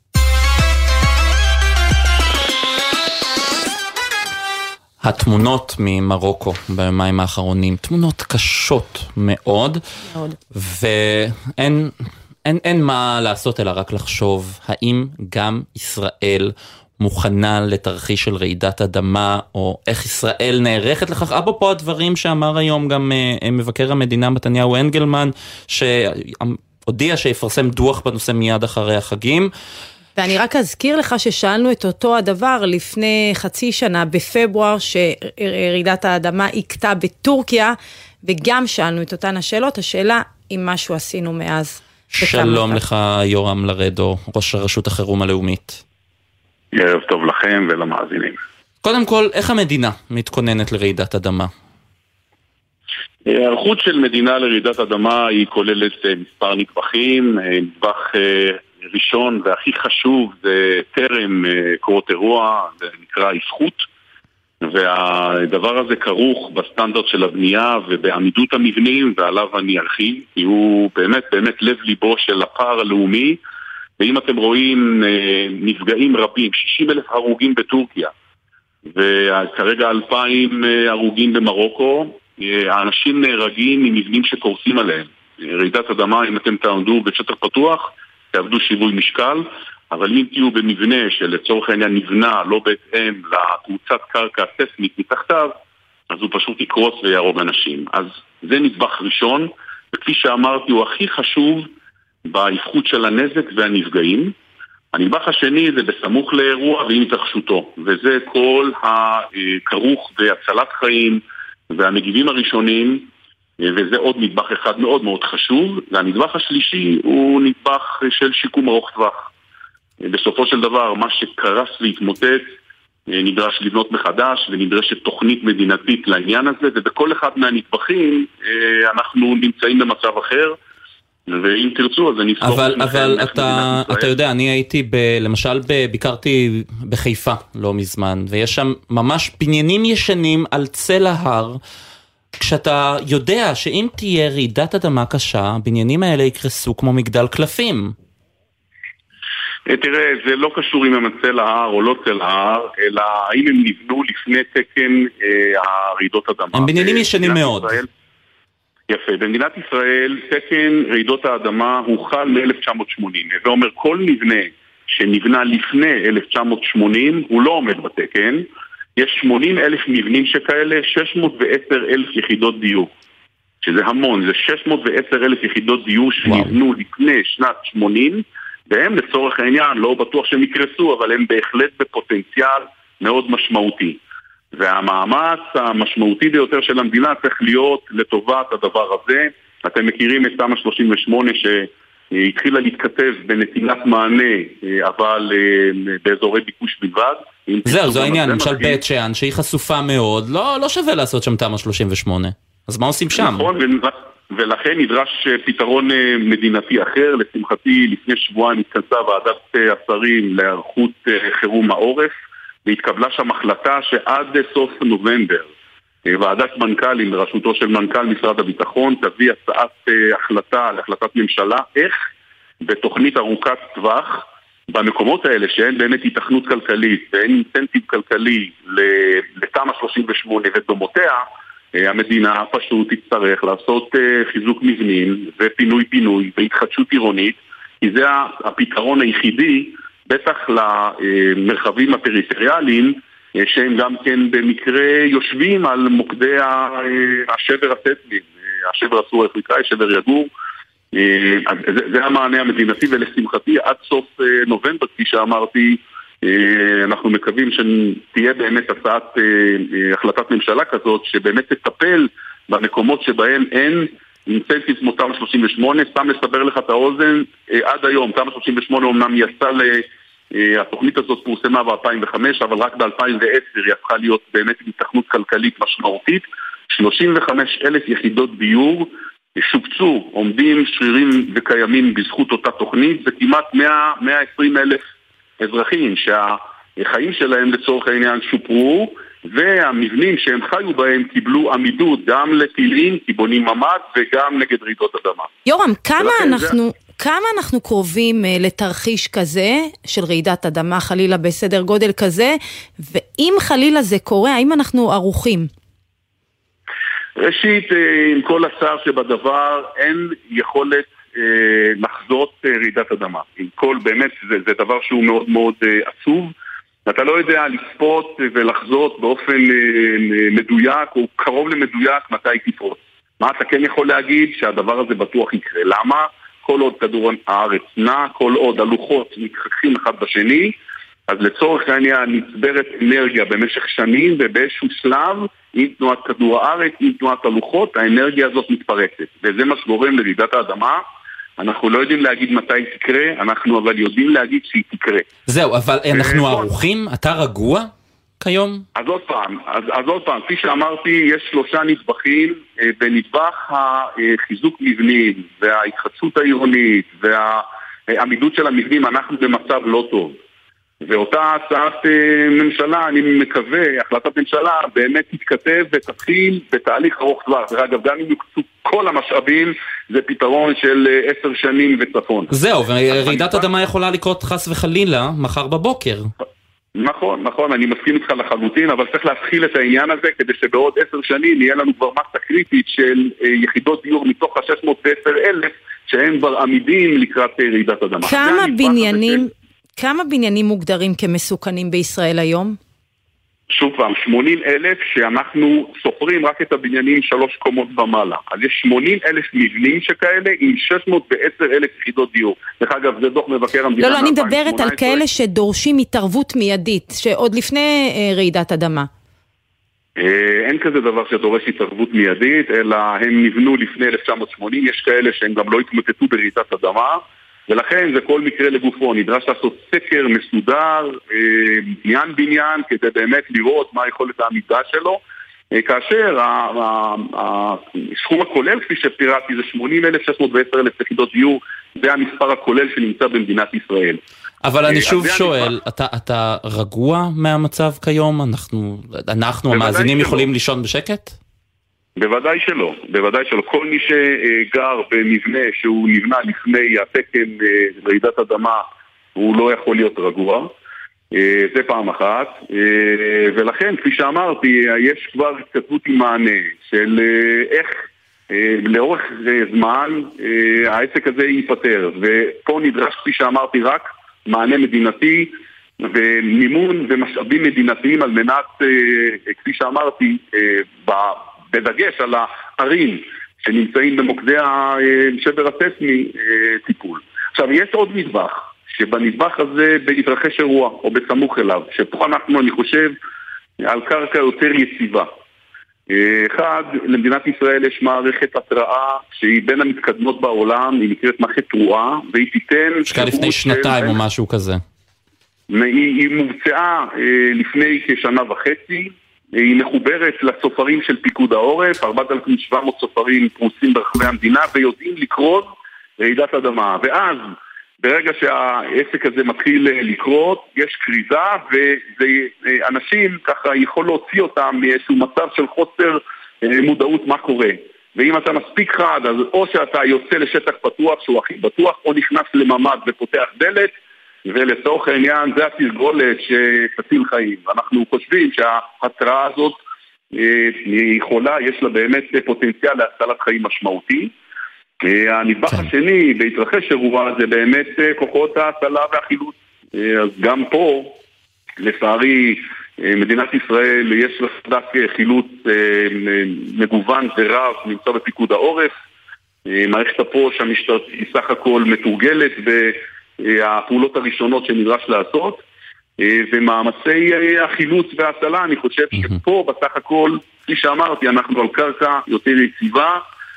התמונות ממרוקו ביומיים האחרונים, תמונות קשות מאוד, מאוד. ואין אין, אין מה לעשות אלא רק לחשוב, האם גם ישראל מוכנה לתרחיש של רעידת אדמה, או איך ישראל נערכת לכך. אפרופו הדברים שאמר היום גם אה, מבקר המדינה מתניהו אנגלמן, שהודיע שיפרסם דוח בנושא מיד אחרי החגים. ואני רק אזכיר לך ששאלנו את אותו הדבר לפני חצי שנה, בפברואר, שרעידת האדמה עיקתה בטורקיה, וגם שאלנו את אותן השאלות, השאלה אם משהו עשינו מאז. שלום לך יורם לרדו, ראש רשות החירום הלאומית. ערב טוב לכם ולמאזינים. קודם כל, איך המדינה מתכוננת לרעידת אדמה? הערכות של מדינה לרעידת אדמה היא כוללת מספר נדבכים, נדבך ראשון והכי חשוב זה טרם קורות אירוע, זה נקרא היסחות, והדבר הזה כרוך בסטנדרט של הבנייה ובעמידות המבנים, ועליו אני ארחיב, כי הוא באמת באמת לב ליבו של הפער הלאומי. ואם אתם רואים נפגעים רבים, שישים אלף הרוגים בטורקיה, וכרגע אלפיים הרוגים במרוקו, האנשים נהרגים ממבנים שקורסים עליהם. רעידת אדמה, אם אתם תעמדו בשטח פתוח, תעבדו שיווי משקל, אבל אם תהיו במבנה שלצורך העניין נבנה לא בהתאם לקבוצת קרקע ססמית מתחתיו, אז הוא פשוט יקרוס ויהרוג אנשים. אז זה נדבך ראשון, וכפי שאמרתי הוא הכי חשוב בהפחות של הנזק והנפגעים. הנדבך השני זה בסמוך לאירוע ועם התרחשותו, וזה כל הכרוך בהצלת חיים והמגיבים הראשונים, וזה עוד נדבך אחד מאוד מאוד חשוב. והנדבך השלישי הוא נדבך של שיקום ארוך טווח. בסופו של דבר מה שקרס והתמוטט נדרש לבנות מחדש, ונדרשת תוכנית מדינתית לעניין הזה, ובכל אחד מהנדבכים אנחנו נמצאים במצב אחר. ואם תרצו אז אני אספור. אבל, אבל אתה, אתה יודע, אני הייתי ב, למשל ב, ביקרתי בחיפה לא מזמן, ויש שם ממש בניינים ישנים על צל ההר, כשאתה יודע שאם תהיה רעידת אדמה קשה, הבניינים האלה יקרסו כמו מגדל קלפים. תראה, זה לא קשור אם הם צל ההר או לא צל ההר, אלא האם הם נבנו לפני תקן אה, הרעידות אדמה. הם בניינים ישנים מאוד. ישראל, יפה, במדינת ישראל תקן רעידות האדמה הוא חל מ-אלף תשע מאות שמונים, זה אומר כל מבנה שנבנה לפני אלף תשע מאות שמונים הוא לא עומד בתקן. יש שמונים אלף מבנים שכאלה, שש מאות ועשר אלף יחידות דיור, שזה המון, זה שש מאות ועשר אלף יחידות דיור שנבנו וואו. לפני שנת שמונים, והם לצורך העניין, לא בטוח שהם יקרסו, אבל הם בהחלט בפוטנציאל מאוד משמעותי. והמאמץ המשמעותי ביותר של המדינה צריך להיות לטובת הדבר הזה. אתם מכירים את תמ"א שלושים ושמונה שהתחילה להתכתב בנתינת מענה, אבל באזורי ביקוש בלבד. זהו, זו העניין, למשל בית שאן, שהיא חשופה מאוד, לא, לא שווה לעשות שם תמ"א שלושים ושמונה. אז מה עושים שם? נכון, ולכן נדרש פתרון מדינתי אחר. לשמחתי, לפני שבועיים התכנסה ועדת השרים להיערכות חירום העורף, והתקבלה שם החלטה שעד סוף נובמבר ועדת מנכ"לים בראשותו של מנכ"ל משרד הביטחון תביא הצעת החלטה להחלטת ממשלה איך בתוכנית ארוכת טווח במקומות האלה שאין באמת התכנות כלכלית ואין אינסנטיב כלכלי לתמ"א שלושים ושמונה ודומותיה, המדינה פשוט תצטרך לעשות חיזוק מבנים ופינוי פינוי והתחדשות עירונית, כי זה הפתרון היחידי בטח למרחבים הפריפריאליים שהם גם כן במקרה יושבים על מוקדי השבר הססמי, השבר הסורי-אפריקאי, שבר יגור. זה, זה המענה המדינתי, ולשמחתי עד סוף נובמבר, כפי שאמרתי, אנחנו מקווים שתהיה באמת הצעת החלטת ממשלה כזאת שבאמת תטפל במקומות שבהם אין אינסנטיב כמו תמ"א שלושים ושמונה. סתם לסבר לך את האוזן, עד היום תמ"א שלושים ושמונה אומנם יצא ל... התוכנית הזאת פורסמה ב-אלפיים וחמש, אבל רק ב-אלפיים ועשר היא הפכה להיות באמת התכנות כלכלית משמעותית. שלושים וחמש אלף יחידות דיור שופצו, עומדים שרירים וקיימים בזכות אותה תוכנית, זה כמעט מאה עד מאה ועשרים אלף אזרחים שהחיים שלהם לצורך העניין שופרו, והמבנים שהם חיו בהם קיבלו עמידות גם לטילים, כי בונים ממ"ד, וגם נגד רעידות אדמה. יורם, כמה אנחנו... זה... כמה אנחנו קרובים לתרחיש כזה של רעידת אדמה, חלילה בסדר גודל כזה, ואם חלילה זה קורה, האם אנחנו ערוכים? ראשית, עם כל הצער שבדבר, אין יכולת לחזות רעידת אדמה. עם כל, באמת, זה, זה דבר שהוא מאוד מאוד עצוב. אתה לא יודע לספוט ולחזות באופן מדויק או קרוב למדויק מתי תפרוץ. מה אתה כן יכול להגיד? שהדבר הזה בטוח יקרה. למה? כל עוד כדור הארץ נע, כל עוד הלוחות מתחככים אחד בשני, אז לצורך העניין נצברת אנרגיה במשך שנים, ובאיזשהו שלב, עם תנועת כדור הארץ, עם תנועת הלוחות, האנרגיה הזאת מתפרצת. וזה מה שגורם לרעידת האדמה. אנחנו לא יודעים להגיד מתי היא תקרה, אנחנו אבל יודעים להגיד שהיא תקרה. זהו, אבל אנחנו ערוכים? אתה רגוע כיום? אז עוד פעם, אז, אז עוד פעם, כפי שאמרתי, יש שלושה נדבכים, בנדבך החיזוק מבנים וההתחדשות העירונית והעמידות של המבנים, אנחנו במצב לא טוב. ואותה הצעת ממשלה, אני מקווה, החלטת ממשלה באמת תתכתב ותתחיל בתהליך ארוך טווח. ואגב, גם אם יוקצו כל המשאבים, זה פתרון של עשר שנים וצפון. זהו, ורעידת אדמה יכולה לקרות חס וחלילה מחר בבוקר. נכון, נכון, אני מסכים איתך לחלוטין, אבל צריך להתחיל את העניין הזה כדי שבעוד עשר שנים יהיה לנו כבר מסה קריטית של יחידות דיור מתוך ה-שש מאות ועשר אלף שהם כבר עמידים לקראת רעידת אדמה. כמה בניינים, כמה בניינים מוגדרים כמסוכנים בישראל היום? שוב פעם, שמונים אלף שאנחנו סופרים רק את הבניינים שלוש קומות ומעלה. אז יש שמונים אלף מבנים שכאלה עם שש מאות ועשר אלף יחידות דיור. דרך אגב, זה דוח מבקר המדינה. לא, לא, אני מדברת על כאלה שדורשים התערבות מיידית, שעוד לפני אה, רעידת אדמה. אה, אין כזה דבר שדורש התערבות מיידית, אלא הם נבנו לפני אלף תשע מאות שמונים, יש כאלה שהם גם לא התמוטטו ברעידת אדמה, ולכן זה כל מקרה לגופו, נדרש לעשות סקר מסודר, בניין בניין, כדי באמת לראות מה יכולת העמידה שלו, כאשר הסכום הכולל, כפי שפירטתי, זה שמונים אלף שש מאות ועשר אלף יחידות דיור, זה המספר הכולל שנמצא במדינת ישראל. אבל אני שוב שואל, אתה, אתה רגוע מהמצב כיום? אנחנו, אנחנו המאזינים יכולים לישון בשקט? בוודאי שלא, בוודאי שלא. כל מי שגר במבנה שהוא נבנה לפני התקן רעידת אדמה, הוא לא יכול להיות רגוע. זה פעם אחת. ולכן, כפי שאמרתי, יש כבר התכתבות עם מענה של איך לאורך זמן העסק הזה ייפטר. ופה נדרש, כפי שאמרתי, רק מענה מדינתי ומימון ומשאבים מדינתיים על מנת, כפי שאמרתי, ב... בדגש על הערים שנמצאים במוקדי השבר הססמי טיפול. עכשיו, יש עוד נדבך שבנדבך הזה יתרחש אירוע, או בסמוך אליו, שפה אנחנו, אני חושב, על קרקע יותר יציבה. אחד, למדינת ישראל יש מערכת התראה שהיא בין המתקדמות בעולם, היא נקראת מערכת תרועה, והיא תיתן... שקה לפני שנתיים או משהו כזה. היא, היא מובצעה לפני כשנה וחצי, היא מחוברת לסופרים של פיקוד העורף, ארבעת אלפים ושבע מאות סופרים פרוסים ברחבי המדינה, ויודעים לקרות רעידת אדמה. ואז, ברגע שהעסק הזה מתחיל לקרות, יש קריזה, ואנשים ככה יכול להוציא אותם מאיזשהו מצב של חוסר מודעות מה קורה. ואם אתה מספיק חד, אז או שאתה יוצא לשטח פתוח, שהוא הכי בטוח, או נכנס לממד ופותח דלת, ולצורך העניין זה התרגולת שתציל חיים. אנחנו חושבים שההתראה הזאת היא יכולה, יש לה באמת פוטנציאל להצלת חיים משמעותי. הנדבך השני בהתרחש אירוע זה באמת כוחות ההצלה והחילוץ. אז גם פה, לצערי, מדינת ישראל יש לה סדק חילוץ מגוון ורב נמצא בפיקוד העורף. מערכת הפוש המשטרתית היא סך הכל מתורגלת בפעולות הראשונות שנדרש לעשות, ומאמצי החילוץ וההצלה, אני חושב שפה בסך הכל, כפי שאמרתי, אנחנו על קרקע יותר יציבה,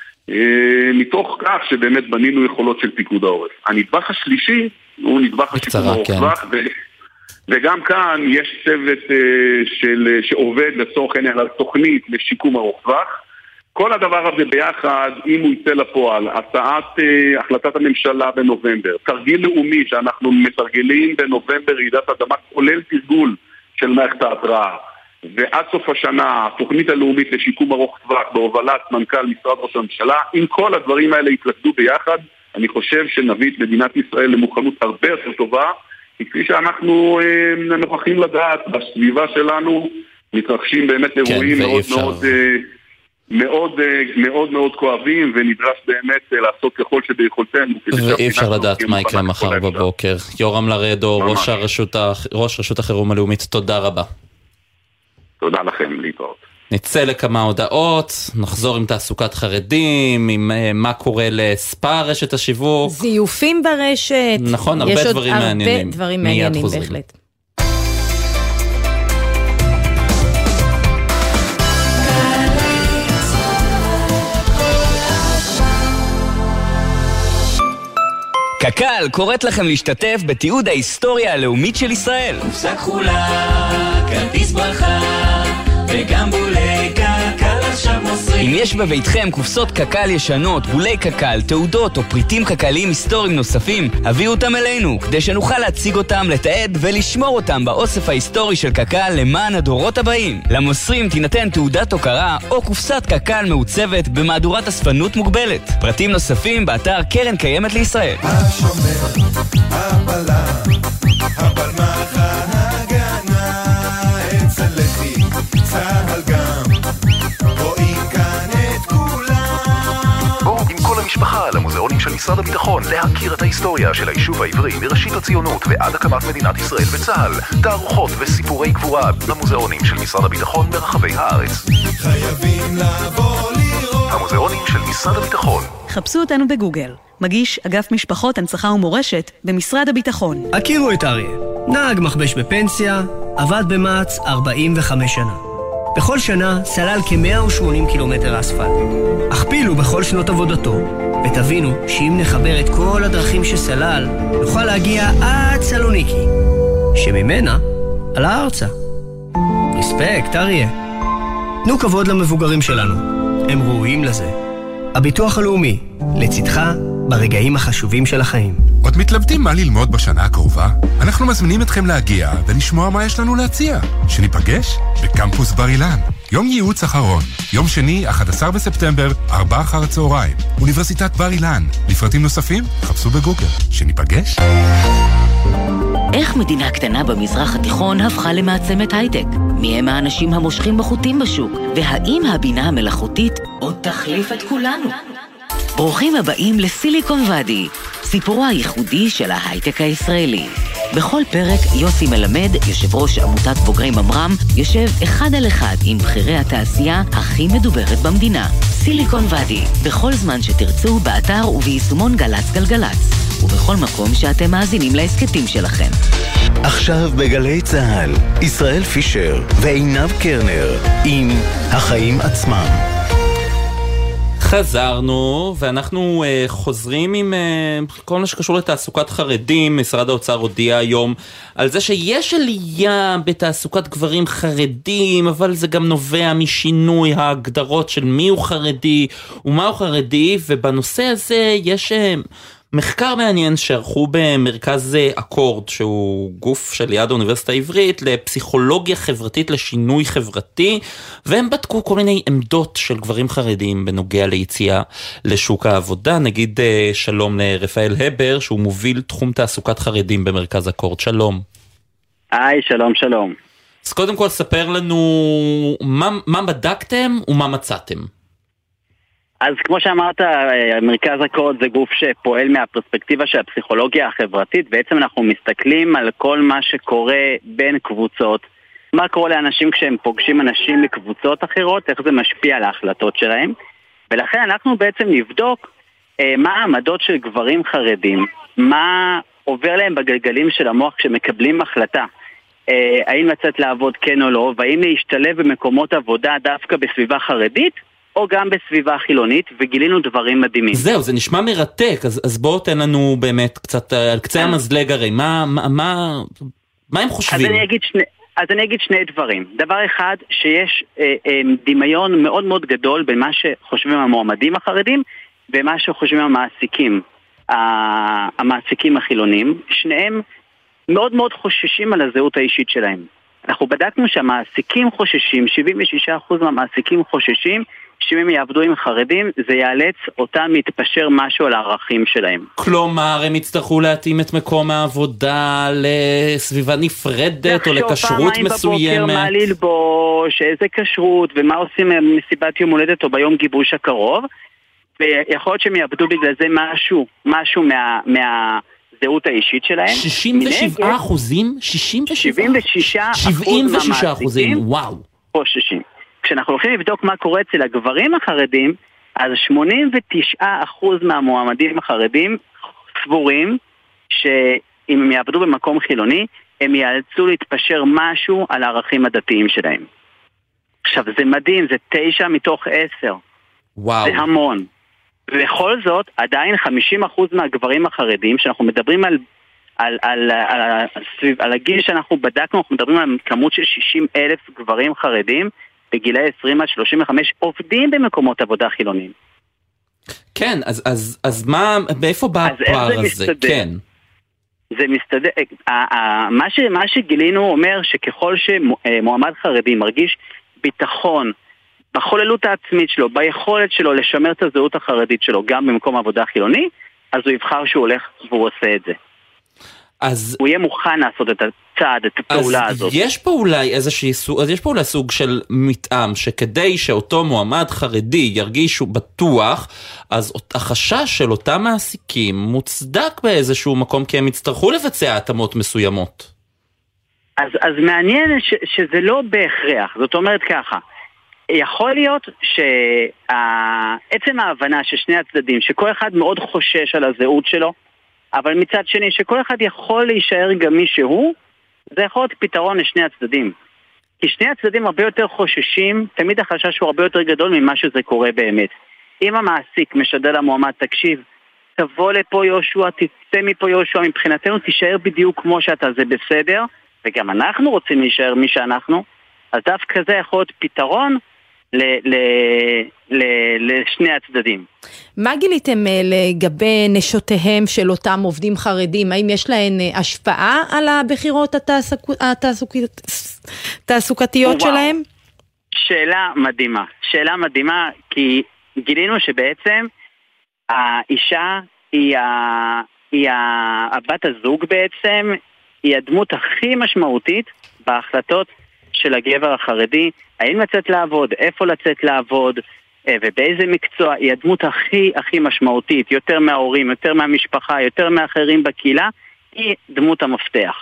מתוך כך שבאמת בנינו יכולות של פיקוד העורף. הנדבך השלישי הוא נדבך השיקום ארוך טווח, וגם כאן יש צוות של, שעובד לצורך העניין על תוכנית לשיקום ארוך טווח. כל הדבר הזה ביחד, אם הוא יצא לפועל, הצעת החלטת הממשלה בנובמבר, תרגיל לאומי שאנחנו מתרגלים בנובמבר רעידת אדמה, כולל תרגול של מערכת ההתראה, ועד סוף השנה, התוכנית הלאומית לשיקום ארוך טווח בהובלת מנכ"ל משרד ראש הממשלה, אם כל הדברים האלה יתלכדו ביחד, אני חושב שנביא את מדינת ישראל למוכנות הרבה יותר טובה, כפי שאנחנו אה, נוכחים לדעת, בסביבה שלנו מתרחשים באמת אירועים כן, מאוד מאוד, אה, מאוד, אה, מאוד מאוד כואבים, ונדרש באמת אה, לעשות ככל שביכולתנו. ואי אפשר לדעת מה יקרה מחר בבוקר. יורם לרדו, ראש, הרשות, ראש רשות החירום הלאומית, תודה רבה. תודה לכם, להתראות. נצא לכמה הודעות, נחזור עם תעסוקת חרדים, עם uh, מה קורה לספא רשת השיווק. זיופים ברשת. נכון, הרבה דברים מעניינים. יש עוד הרבה דברים מעניינים בהחלט. קק"ל קוראת לכם להשתתף בתיעוד ההיסטוריה הלאומית של ישראל. קופסה כחולה, כרטיס ברכה, וגם בולי קק"ל עכשיו מוסרים. אם יש בביתכם קופסות קק"ל ישנות, בולי קק"ל, תעודות או פריטים קק"ליים היסטוריים נוספים, הביאו אותם אלינו, כדי שנוכל להציג אותם, לתעד ולשמור אותם באוסף ההיסטורי של קק"ל למען הדורות הבאים. למוסרים תינתן תעודת הוקרה או קופסת קק"ל מעוצבת במהדורת אספנות מוגבלת. פרטים נוספים באתר קרן קיימת לישראל. השומר, הבלם, הבלמח ההגנה, אצל לכי, צהל גם, רואים כאן את כולם. בואו עם כל המשפחה למוזיאונים של משרד הביטחון להכיר את ההיסטוריה של היישוב העברי מראשית הציונות ועד הקמת מדינת ישראל וצה"ל. תערוכות וסיפורי גבורה במוזיאונים של משרד הביטחון ברחבי הארץ. חייבים לבוא לראות. המוזיאונים של משרד הביטחון. חפשו אותנו בגוגל. מגיש אגף משפחות, הנצחה ומורשת במשרד הביטחון. הכירו את אריה. נהג מכבש בפנסיה, עבד במעץ ארבעים וחמש שנה. בכל שנה סלל כ-מאה ושמונים קילומטר אספלט. הכפילו בכל שנות עבודתו, ותבינו שאם נחבר את כל הדרכים שסלל, נוכל להגיע עד סלוניקי, שממנה על הארצה. רספקט, אריה. תנו כבוד למבוגרים שלנו. הם ראויים לזה. הביטוח הלאומי, לצדך ברגעים החשובים של החיים. עוד מתלבטים מה ללמוד בשנה הקרובה? אנחנו מזמינים אתכם להגיע ולשמוע מה יש לנו להציע. שניפגש בקמפוס בר אילן. יום ייעוץ אחרון. יום שני, אחד עשר בספטמבר, ארבע אחר הצהריים. אוניברסיטת בר אילן. לפרטים נוספים, חפשו בגוגל. שניפגש? איך מדינה קטנה במזרח התיכון הפכה למעצמת הייטק? מי הם האנשים המושכים בחוטים בשוק? והאם הבינה המלאכותית עוד תחליף את כולנו? ברוכים הבאים לסיליקון ואדי, סיפורו הייחודי של ההייטק הישראלי. בכל פרק יוסי מלמד, יושב ראש עמותת בוגרי ממר"ם, יושב אחד על אחד עם בחירי התעשייה הכי מדוברת במדינה. סיליקון ואדי, בכל זמן שתרצו, באתר וביישומון גלץ גלגלץ. ובכל מקום שאתם מאזינים להסכתים שלכם. עכשיו בגלי צהל, ישראל פישר ועינב קרנר עם החיים עצמם. חזרנו, ואנחנו uh, חוזרים עם uh, כל מה שקשור לתעסוקת חרדים. משרד האוצר הודיע היום על זה שיש עלייה בתעסוקת גברים חרדים, אבל זה גם נובע משינוי ההגדרות של מי הוא חרדי ומה הוא חרדי, ובנושא הזה יש uh, מחקר מעניין שערכו במרכז אקורד, שהוא גוף של יד האוניברסיטה העברית לפסיכולוגיה חברתית לשינוי חברתי, והם בדקו כל מיני עמדות של גברים חרדים בנוגע ליציאה לשוק העבודה. נגיד שלום לרפאל הבר, שהוא מוביל תחום תעסוקת חרדים במרכז אקורד. שלום. היי, שלום, שלום. אז קודם כל ספר לנו מה, מה בדקתם ומה מצאתם. אז כמו שאמרת, מרכז אקורד זה גוף שפועל מהפרספקטיבה של הפסיכולוגיה החברתית. בעצם אנחנו מסתכלים על כל מה שקורה בין קבוצות, מה קורה לאנשים כשהם פוגשים אנשים מקבוצות אחרות, איך זה משפיע על ההחלטות שלהם. ולכן אנחנו בעצם נבדוק אה, מה העמדות של גברים חרדים, מה עובר להם בגלגלים של המוח כשמקבלים החלטה, אה, האם לצאת לעבוד כן או לא, והאם להשתלב במקומות עבודה דווקא בסביבה חרדית או גם בסביבה חילונית, וגילינו דברים מדהימים. זהו, זה נשמע מרתק, אז, אז בואו תן לנו באמת קצת על קצה המזלג הרי, מה, מה, מה, מה הם חושבים? אז אני אגיד שני, אז אני אגיד שני דברים. דבר אחד, שיש אה, אה, דמיון מאוד מאוד גדול בין מה שחושבים המועמדים החרדים, ומה שחושבים המעסיקים, המעסיקים החילונים. שניהם מאוד מאוד חוששים על הזהות האישית שלהם. אנחנו בדקנו שהמעסיקים חוששים, שבעים ושישה אחוז מהמעסיקים חוששים, שאם הם יעבדו עם חרדים, זה יאלץ אותם להתפשר משהו על הערכים שלהם. כלומר, הם יצטרכו להתאים את מקום העבודה לסביבה נפרדת או לכשרות מסוימת. לחשוב פעמיים בבוקר מה ללבוש, איזה כשרות, ומה עושים מסיבת יום הולדת או ביום גיבוש הקרוב, ויכול להיות שהם יעבדו בגלל זה משהו, משהו מה... מה זהות האישית שלהם. שישים ושבעה אחוזים? שישים ושבעה? שבעים ושישה אחוזים, וואו. חוששים. כשאנחנו הולכים לבדוק מה קורה אצל הגברים החרדים, אז שמונים ותשעה אחוז מהמועמדים החרדים סבורים שאם הם יעבדו במקום חילוני, הם יאלצו להתפשר משהו על הערכים הדתיים שלהם. עכשיו, זה מדהים, זה תשע מתוך עשר. וואו. זה המון. ובכל זאת, עדיין חמישים אחוז מהגברים החרדים, שאנחנו מדברים על, על, על, על, על, על, על הגיל שאנחנו בדקנו, אנחנו מדברים על כמות של שישים אלף גברים חרדים, בגילי עשרים עד שלושים וחמש, עובדים במקומות עבודה חילוניים. כן, אז, אז, אז מה, באיפה בא הפער הזה? מסתדר? כן. זה מסתדר, מה, ש, מה שגילינו אומר שככל שמועמד חרדי מרגיש ביטחון, בחוללות העצמית שלו, ביכולת שלו לשמר את הזהות החרדית שלו גם במקום העבודה חילוני, אז הוא יבחר שהוא הולך והוא עושה את זה. אז הוא יהיה מוכן לעשות את הצעד, את הפעולה אז הזאת. יש פה אולי איזושהי סוג, אז יש פה אולי סוג של מתאם, שכדי שאותו מועמד חרדי ירגיש שהוא בטוח, אז החשש של אותם מעסיקים מוצדק באיזשהו מקום, כי הם יצטרכו לבצע התאמות מסוימות. אז, אז מעניין ש, שזה לא בהכרח, זאת אומרת ככה, יכול להיות שעצם ההבנה של שני הצדדים, שכל אחד מאוד חושש על הזהות שלו, אבל מצד שני שכל אחד יכול להישאר גם מי שהוא, זה יכול להיות פתרון לשני הצדדים. כי שני הצדדים הרבה יותר חוששים, תמיד החשש הוא הרבה יותר גדול ממה שזה קורה באמת. אם המעסיק משדר למועמד, תקשיב, תבוא לפה יהושע, תצא מפה יהושע, מבחינתנו תישאר בדיוק כמו שאתה, זה בסדר, וגם אנחנו רוצים להישאר מי שאנחנו, אז דווקא זה יכול להיות פתרון ל- ל- ל- לשני הצדדים. מה גיליתם לגבי נשותיהם של אותם עובדים חרדים? האם יש להן השפעה על הבחירות התעסוק... התעסוקית... התעסוקתיות שלהם? שאלה מדהימה. שאלה מדהימה, כי גילינו שבעצם האישה היא, ה... היא ה... הבת הזוג בעצם, היא הדמות הכי משמעותית בהחלטות של הגבר החרדי, האם לצאת לעבוד, איפה לצאת לעבוד, ובאיזה מקצוע. היא הדמות הכי הכי משמעותית, יותר מההורים, יותר מהמשפחה, יותר מאחרים בקהילה, היא דמות המפתח.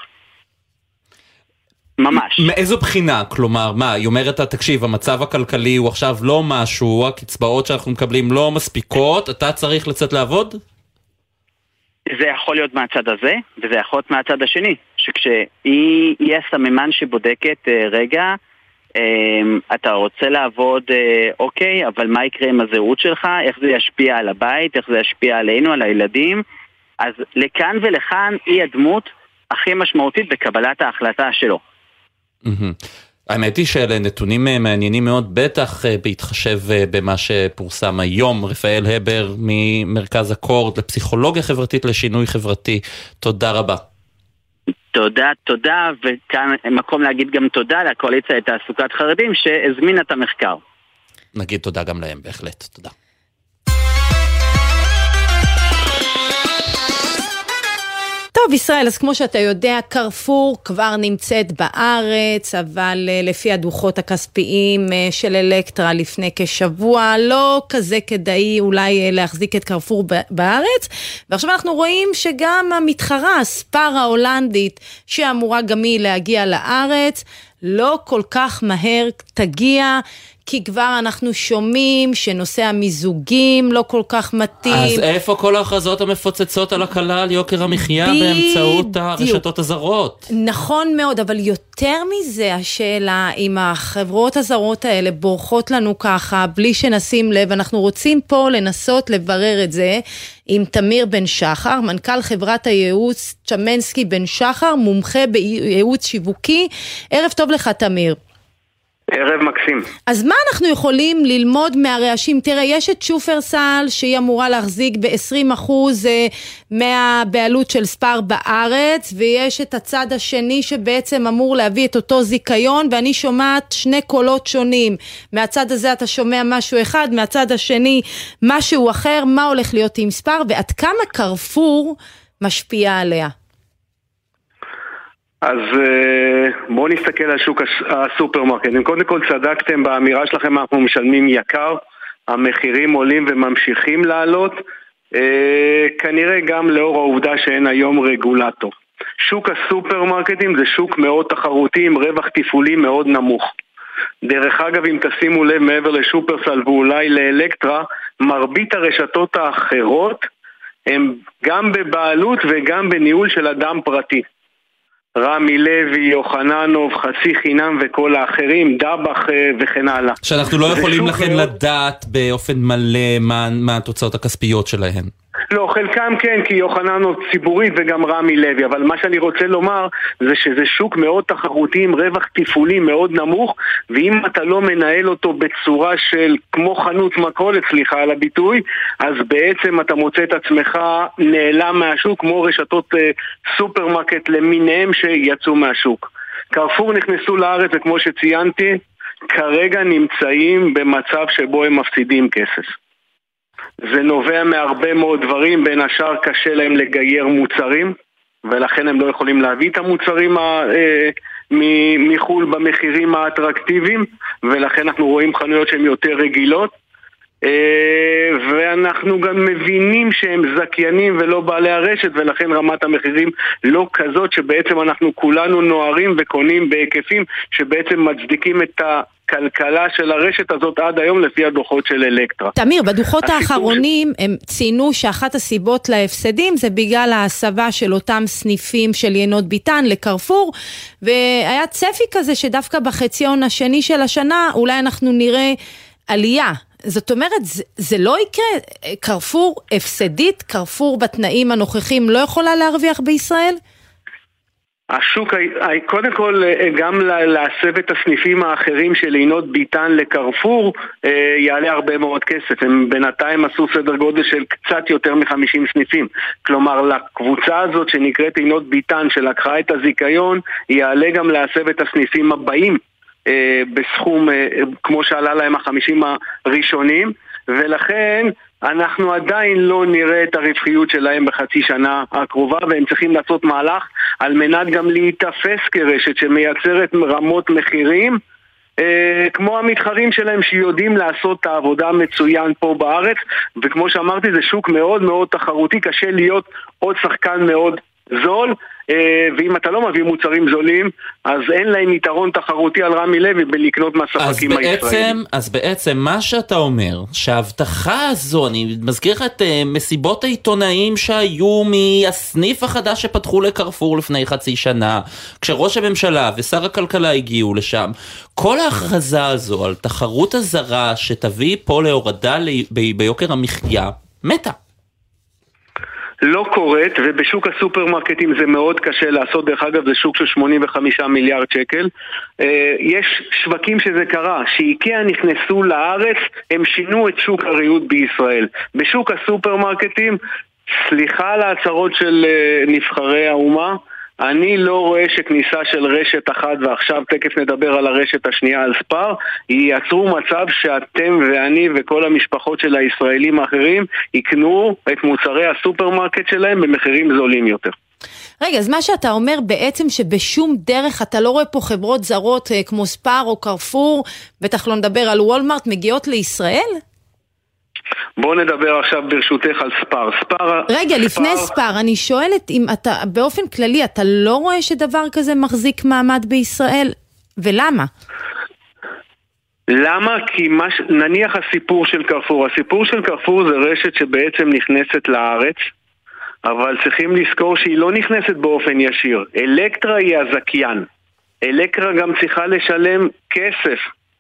ממש. מאיזו בחינה? כלומר, מה, היא אומרת, תקשיב, המצב הכלכלי הוא עכשיו לא משהו, הקצבאות שאנחנו מקבלים לא מספיקות, אתה צריך לצאת לעבוד? זה יכול להיות מהצד הזה, וזה יכול להיות מהצד השני, שכשהיא היא הסממן שבודקת, רגע, אתה רוצה לעבוד, אוקיי, אבל מה יקרה עם הזהות שלך, איך זה ישפיע על הבית, איך זה ישפיע עלינו, על הילדים, אז לכאן ולכאן היא הדמות הכי משמעותית בקבלת ההחלטה שלו. האמת היא שאלה נתונים מעניינים מאוד, בטח בהתחשב במה שפורסם היום. רפאל הבר ממרכז אקורד לפסיכולוגיה חברתית לשינוי חברתי, תודה רבה. תודה, תודה, וכאן מקום להגיד גם תודה לקואליציה לתעסוקת חרדים שהזמינה את המחקר. נגיד תודה גם להם, בהחלט, תודה. טוב, ישראל, אז כמו שאתה יודע, קרפור כבר נמצאת בארץ, אבל לפי הדוחות הכספיים של אלקטרה לפני כשבוע, לא כזה כדאי אולי להחזיק את קרפור בארץ. ועכשיו אנחנו רואים שגם המתחרה, ספר ההולנדית, שאמורה גם היא להגיע לארץ, לא כל כך מהר תגיע, כי כבר אנחנו שומעים שנושא המיזוגים לא כל כך מתאים. אז איפה כל ההכרזות המפוצצות על הקלה על יוקר המחיה באמצעות הרשתות הזרות? נכון מאוד, אבל יותר מזה השאלה, אם החברות הזרות האלה בורחות לנו ככה, בלי שנשים לב, אנחנו רוצים פה לנסות לברר את זה, עם תמיר בן שחר, מנכ"ל חברת הייעוץ צ'מנסקי בן שחר, מומחה בייעוץ שיווקי. ערב טוב לך תמיר. ערב מקסים. אז מה אנחנו יכולים ללמוד מהרעשים? תראה, יש את שופרסל שהיא אמורה להחזיק ב-עשרים אחוז מהבעלות של ספר בארץ, ויש את הצד השני שבעצם אמור להביא את אותו זיקיון, ואני שומעת שני קולות שונים. מהצד הזה אתה שומע משהו אחד, מהצד השני משהו אחר. מה הולך להיות עם ספר, ועד כמה קרפור משפיע עליה? אז בואו נסתכל על שוק הסופרמרקטים. קודם כל צדקתם באמירה שלכם, אנחנו משלמים יקר, המחירים עולים וממשיכים לעלות, כנראה גם לאור העובדה שאין היום רגולטור. שוק הסופרמרקטים זה שוק מאוד תחרותי עם רווח תפעולי מאוד נמוך. דרך אגב, אם תשימו לב, מעבר לשופרסל ואולי לאלקטרה, מרבית הרשתות האחרות הם גם בבעלות וגם בניהול של אדם פרטי. רמי לוי, יוחננוב, חצי חינם וכל האחרים, דבח וכן הלאה. שאנחנו לא יכולים לכן לדעת באופן מלא מה, מה התוצאות הכספיות שלהן. לא, חלקם כן, כי יוחננוב ציבורית וגם רמי לוי, אבל מה שאני רוצה לומר זה שזה שוק מאוד תחרותי עם רווח תפעולי מאוד נמוך, ואם אתה לא מנהל אותו בצורה של כמו חנות מכולת, סליחה על הביטוי, אז בעצם אתה מוצא את עצמך נעלם מהשוק, כמו רשתות אה, סופרמרקט למיניהם שיצאו מהשוק. קרפור נכנסו לארץ, וכמו שציינתי, כרגע נמצאים במצב שבו הם מפסידים כסף. זה נובע מהרבה מאוד דברים, בין השאר קשה להם לגייר מוצרים, ולכן הם לא יכולים להביא את המוצרים מחול במחירים האטרקטיביים, ולכן אנחנו רואים חנויות שהן יותר רגילות, ואנחנו גם מבינים שהם זכיינים ולא בעלי הרשת, ולכן רמת המחירים לא כזאת שבעצם אנחנו כולנו נוערים וקונים בהיקפים שבעצם מצדיקים את ה... כלכלה של הרשת הזאת עד היום לפי הדוחות של אלקטרה. תמיר, בדוחות האחרונים הם ציינו שאחת הסיבות להפסדים זה בגלל ההסבה של אותם סניפים של יינות ביטן לקרפור, והיה צפי כזה שדווקא בחציון השני של השנה אולי אנחנו נראה עלייה. זאת אומרת, זה, זה לא יקרה. קרפור הפסדית, קרפור בתנאים הנוכחים לא יכולה להרוויח בישראל? השוק, קודם כל, גם להסב את הסניפים האחרים של יינות ביטן לקרפור יעלה הרבה מאוד כסף. הם בינתיים עשו סדר גודל של קצת יותר מ-חמישים סניפים. כלומר, לקבוצה הזאת שנקראת יינות ביטן שלקחה את הזיקיון, יעלה גם להסב את הסניפים הבאים בסכום כמו שעלה להם החמישים הראשונים, ולכן אנחנו עדיין לא נראה את הרווחיות שלהם בחצי שנה הקרובה, והם צריכים לעשות מהלך על מנת גם להתאפס כרשת שמייצרת רמות מחירים אה, כמו המתחרים שלהם שיודעים לעשות את העבודה מצוין פה בארץ, וכמו שאמרתי זה שוק מאוד מאוד תחרותי, קשה להיות עוד שחקן מאוד זול, ואם אתה לא מביא מוצרים זולים, אז אין להם יתרון תחרותי על רמי לוי בלקנות מהספקים הישראלים. אז בעצם מה שאתה אומר, שההבטחה הזו, אני מזכיר לך את מסיבות העיתונאים שהיו מהסניף החדש שפתחו לקרפור לפני חצי שנה, כשראש הממשלה ושר הכלכלה הגיעו לשם, כל ההכרזה הזו על תחרות הזרה שתביא פה להורדה ביוקר המחיה, מתה. לא קורית, ובשוק הסופרמרקטים זה מאוד קשה לעשות. דרך אגב, זה שוק של שמונים וחמישה מיליארד שקל. יש שווקים שזה קרה, שאיקאה נכנסו לארץ, הם שינו את שוק הריהוט בישראל. בשוק הסופרמרקטים, סליחה על ההצהרות של נבחרי האומה, אני לא רואה שכניסה של רשת אחת, ועכשיו תקף נדבר על הרשת השנייה, על ספר, ייצרו מצב שאתם ואני וכל המשפחות של הישראלים האחרים יקנו את מוצרי הסופרמרקט שלהם במחירים זולים יותר. רגע, אז מה שאתה אומר בעצם שבשום דרך אתה לא רואה פה חברות זרות כמו ספר או קרפור, בטח לא נדבר על וולמרט, מגיעות לישראל? בוא נדבר עכשיו ברשותך על ספר. ספר רגע, ספר... לפני ספר, אני שואלת אם אתה, באופן כללי, אתה לא רואה שדבר כזה מחזיק מעמד בישראל? ולמה? למה? כי מש... נניח הסיפור של קרפור. הסיפור של קרפור זה רשת שבעצם נכנסת לארץ, אבל צריכים לזכור שהיא לא נכנסת באופן ישיר. אלקטרה היא הזכיין. אלקטרה גם צריכה לשלם כסף.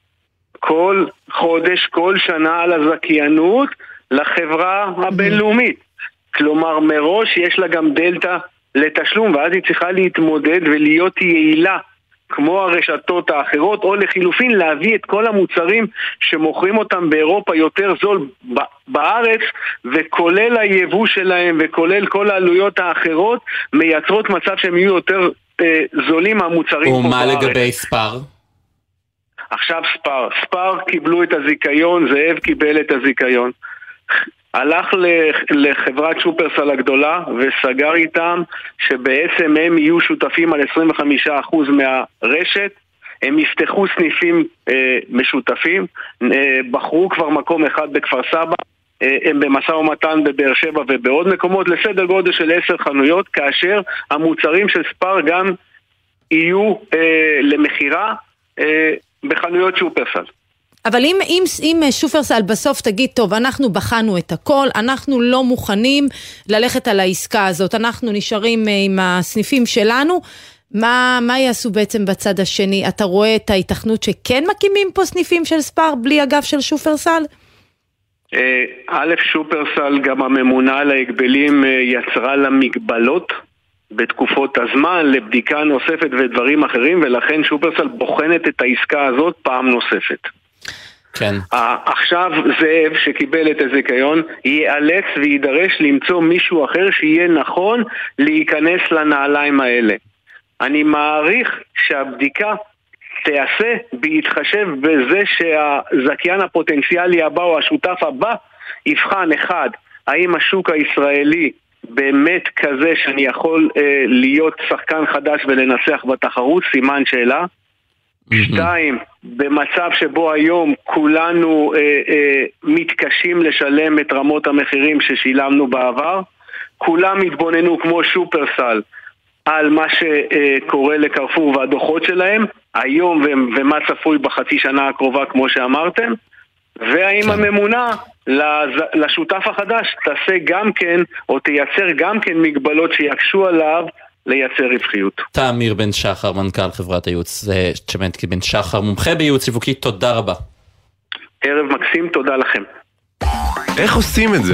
כל חודש, כל שנה על הזכיינות לחברה הבינלאומית. כלומר, מראש יש לה גם דלטה לתשלום, ואז היא צריכה להתמודד ולהיות יעילה, כמו הרשתות האחרות, או לחילופין להביא את כל המוצרים שמוכרים אותם באירופה יותר זול בארץ, וכולל היבוא שלהם, וכולל כל העלויות האחרות, מייצרות מצב שהם יהיו יותר אה, זולים מהמוצרים פה בארץ. ומה לגבי ספר? עכשיו ספר, ספר קיבלו את הזיקיון, זאב קיבל את הזיקיון, הלך לחברת שופרסל הגדולה וסגר איתם שבעצם הם יהיו שותפים על עשרים וחמישה אחוז מהרשת, הם יפתחו סניפים אה, משותפים, אה, בחרו כבר מקום אחד בכפר סבא, אה, הם במשא ומתן בבאר שבע ובעוד מקומות לסדר גודל של עשר חנויות, כאשר המוצרים של ספר גם יהיו אה, למחירה אה, בחנויות שופרסל. אבל אם, אם, אם שופרסל בסוף תגיד, טוב, אנחנו בחנו את הכל, אנחנו לא מוכנים ללכת על העסקה הזאת, אנחנו נשארים עם הסניפים שלנו, מה, מה יעשו בעצם בצד השני? אתה רואה את ההיתכנות שכן מקימים פה סניפים של ספר בלי אגף של שופרסל? א', שופרסל, גם הממונה על ההגבלים יצרה לה מגבלות בתקופות הזמן לבדיקה נוספת ודברים אחרים, ולכן שופרסל בוחנת את העסקה הזאת פעם נוספת. כן. עכשיו זאב שקיבל את הזיקיון ייאלץ וידרש למצוא מישהו אחר שיהיה נכון להיכנס לנעליים האלה. אני מעריך שהבדיקה תעשה בהתחשב בזה שהזכיין הפוטנציאלי הבא או השותף הבא יבחן אחד, האם השוק הישראלי באמת כזה שאני יכול אה, להיות שחקן חדש ולנצח בתחרות, סימן שאלה. שתיים, במצב שבו היום כולנו אה, אה, מתקשים לשלם את רמות המחירים ששילמנו בעבר, כולם התבוננו כמו שופרסל על מה שקורה לקרפור והדוחות שלהם, היום ו- ומה צפוי בחצי שנה הקרובה כמו שאמרתם, והאם הממונה לשותף החדש תעשה גם כן, או תייצר גם כן מגבלות שיקשו עליו לייצר רווחיות. תאמיר בן שחר, מנכ"ל חברת הייעוץ צ'מנטקי בן שחר, מומחה בייעוץ שיווקי, תודה רבה. ערב מקסים, תודה לכם. איך עושים את זה?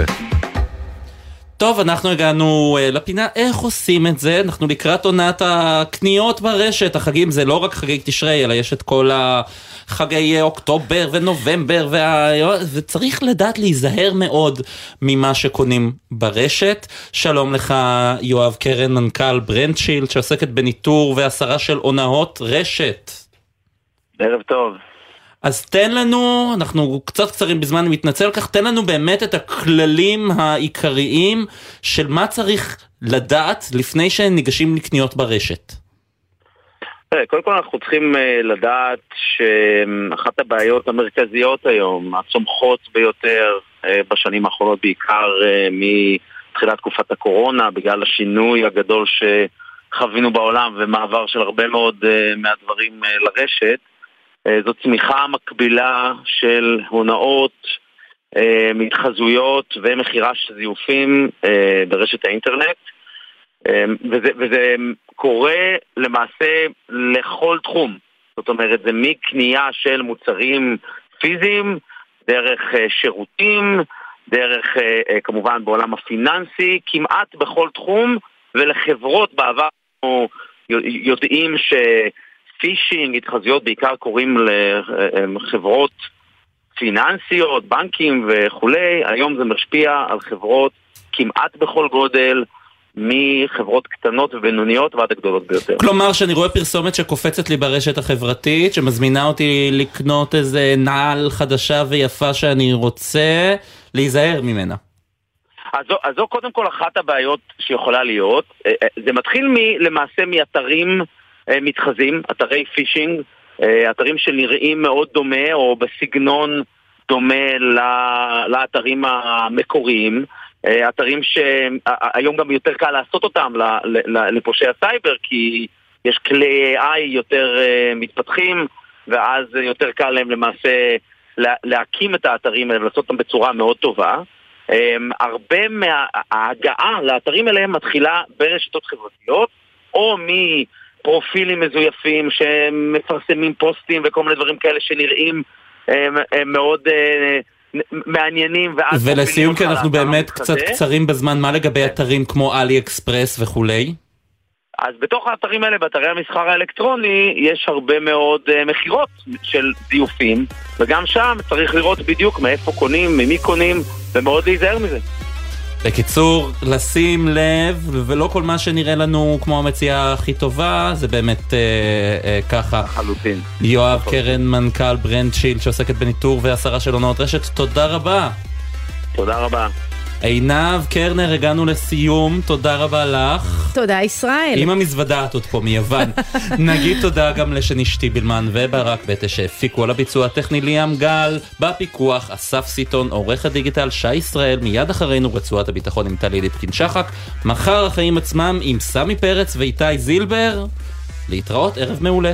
טוב, אנחנו הגענו uh, לפינה איך עושים את זה. אנחנו לקראת עונת הקניות ברשת. החגים זה לא רק חגי תשרי, אלא יש את כל החגי אוקטובר ונובמבר, וה... וצריך לדעת להיזהר מאוד ממה שקונים ברשת. שלום לך יואב קרן, מנכ"ל ברנדשילד, שעוסקת בניטור והסרה של עונאות רשת. ערב טוב. אז תן לנו, אנחנו קצת קצרים בזמן, אני מתנצל כך, תן לנו באמת את הכללים העיקריים של מה צריך לדעת לפני שניגשים לקניות ברשת. קודם כל אנחנו צריכים לדעת שאחת הבעיות המרכזיות היום, הצומחות ביותר בשנים האחרונות, בעיקר תחילת תקופת הקורונה, בגלל השינוי הגדול שחווינו בעולם ומעבר של הרבה מאוד מהדברים לרשת. זו צמיחה מקבילה של הונאות, מתחזויות ומחירה של זיופים ברשת האינטרנט. וזה, וזה קורה למעשה לכל תחום. זאת אומרת, זה מקנייה של מוצרים פיזיים, דרך שירותים, דרך כמובן בעולם הפיננסי, כמעט בכל תחום, ולחברות בעבר אנחנו יודעים שפישינג, התחזויות בעיקר קוראים לחברות פיננסיות, בנקים וכולי. היום זה משפיע על חברות כמעט בכל גודל, מחברות קטנות ובינוניות ועד הגדולות ביותר. כלומר, שאני רואה פרסומת שקופצת לי ברשת החברתית, שמזמינה אותי לקנות איזה נעל חדשה ויפה שאני רוצה, להיזהר ממנה. אז זו, אז זו קודם כל אחת הבעיות שיכולה להיות. זה מתחיל מ, למעשה מאתרים מתחזים, אתרי פישינג, אתרים שנראים מאוד דומה או בסגנון דומה לאתרים המקוריים, אתרים שהיום גם יותר קל לעשות אותם לפושעי הסייבר, כי יש כלי איי איי יותר מתפתחים, ואז יותר קל להם למעשה להקים את האתרים האלה, לעשות אותם בצורה מאוד טובה. הרבה מההגעה לאתרים האלה מתחילה ברשתות חברתיות, או מפרופילים מזויפים שמפרסמים פוסטים וכל מיני דברים כאלה שנראים מאוד מעניינים. ולסיום, כי אנחנו באמת קצת קצרים בזמן, מה לגבי אתרים כמו אלי אקספרס וכולי? אז בתוך האתרים האלה, באתרי המסחר האלקטרוני, יש הרבה מאוד מחירות של זיופים, וגם שם צריך לראות בדיוק מאיפה קונים, ממי קונים, ומאוד להיזהר מזה. בקיצור, לשים לב, ולא כל מה שנראה לנו כמו המציאה הכי טובה, זה באמת אה, אה, ככה. חלוטין. יואב קרן, מנכ"ל ברנד שילד, שעוסקת בניטור והסרה של הונאות רשת, תודה רבה. תודה רבה. עינב קרנר, הגענו לסיום, תודה רבה לך. תודה ישראל. עם המזוודה עוד פה מיוון. נגיד תודה גם לשני שטיבלמן וברק בטה שהפיקו על הביצוע הטכני, ליאם גל בפיקוח, אסף סיטון עורך הדיגיטל, שי ישראל, מיד אחרינו רצועת הביטחון עם טלי ליפקין שחק, מחר החיים עצמם עם סמי פרץ ואיתי זילבר. להתראות, ערב מעולה.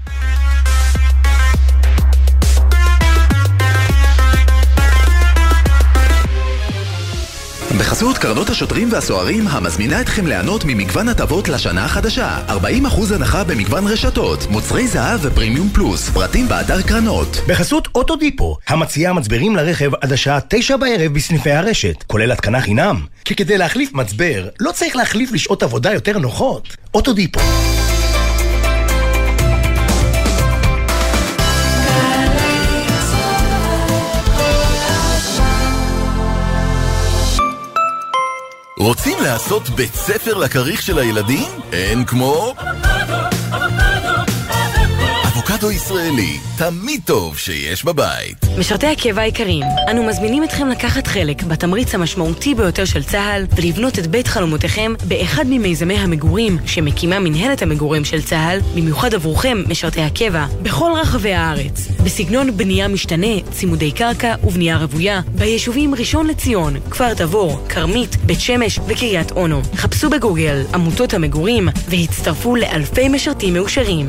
בחסות קרנות השוטרים והסוהרים המזמינה אתכם ליהנות ממגוון הטבות לשנה החדשה. ארבעים אחוז הנחה במגוון רשתות, מוצרי זהב ופרימיום פלוס, פרטים באתר קרנות. בחסות אוטודיפו, המציעה מצברים לרכב עד השעה תשע בערב בסניפי הרשת, כולל התקנה חינם. כי כדי להחליף מצבר, לא צריך להחליף לשעות עבודה יותר נוחות. אוטודיפו. רוצים לעשות בית ספר לכריך של הילדים? אין כמו אבוקדו ישראלי, תמיד טוב שיש בבית. משרתי הקבע היקרים, אנו מזמינים אתכם לקחת חלק בתמריץ המשמעותי ביותר של צה"ל ולבנות את בית חלומותיכם באחד ממיזמי המגורים שמקימה מנהלת המגורים של צה"ל, במיוחד עבורכם משרתי הקבע, בכל רחבי הארץ, בסגנון בנייה משתנה, צימודי קרקע ובנייה רבויה, ביישובים ראשון לציון, כפר תבור, כרמית, בית שמש וקריית אונו. חפשו בגוגל עמותות המגורים והצטרפו לאלפי משרתים מאושרים.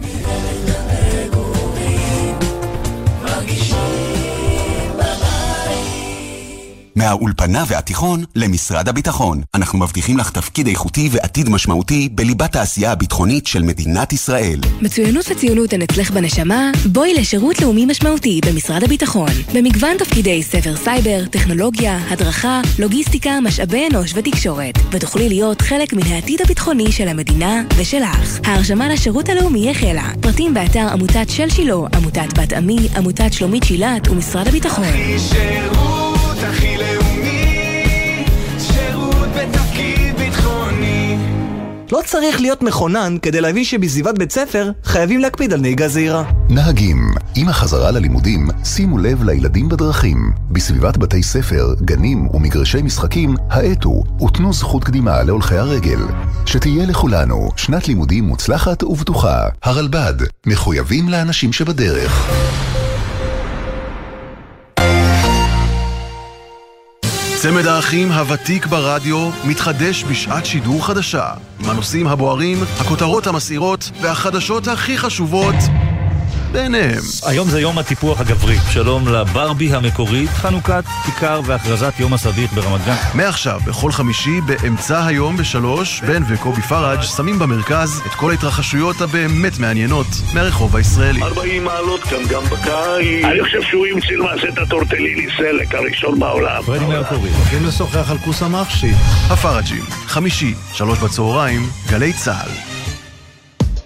מהאולפנה והתיכון למשרד הביטחון. אנחנו מבטיחים לך תפקיד איכותי ועתיד משמעותי בליבת העשייה הביטחונית של מדינת ישראל. מצוינות וציונות הן אצלך בנשמה, בואי לשירות לאומי משמעותי במשרד הביטחון. במגוון תפקידי ספר סייבר, טכנולוגיה, הדרכה, לוגיסטיקה, משאבי אנוש ותקשורת. ותוכלי להיות חלק מן העתיד הביטחוני של המדינה ושלך. ההרשמה לשירות הלאומי החלה. פרטים באתר עמותת של שילה, עמותת בת עמי, עמותת שלומית שילת ומשרד הביטחון. הכי לאומי, שירות בתפקיד ביטחוני. לא צריך להיות מכונן כדי להבין שבסביבת בית ספר חייבים להקפיד על נהיגה זהירה. נהגים, עם החזרה ללימודים, שימו לב לילדים בדרכים. בסביבת בתי ספר, גנים ומגרשי משחקים, האטו ותנו זכות קדימה להולכי הרגל. שתהיה לכולנו שנת לימודים מוצלחת ובטוחה. הרלב"ד, מחויבים לאנשים שבדרך. צמד האחים הוותיק ברדיו מתחדש בשעת שידור חדשה, עם הנושאים הבוערים, הכותרות המסעירות והחדשות הכי חשובות ביניהם. היום זה יום הטיפוח הגברי. שלום לברבי המקורית, חנוכת כיכר והכרזת יום הסביך ברמת גן. מעכשיו, בכל חמישי, באמצע היום בשלוש, בן וקובי פראג' שמים במרכז את כל ההתרחשויות הבאמת מעניינות מהרחוב הישראלי. ארבעים מעלות כאן גם בקיץ. אני חושב שהוא ימציא למעשה את הטורטליני סלק הראשון בעולם. פרדי מרקורי. הולכים לשוחח על כוס המחשי. הפראג'ים, חמישי, שלוש בצהריים, גלי צהל.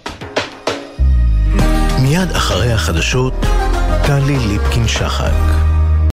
מיד אחרי החדשות, טלי ליפקין שחק.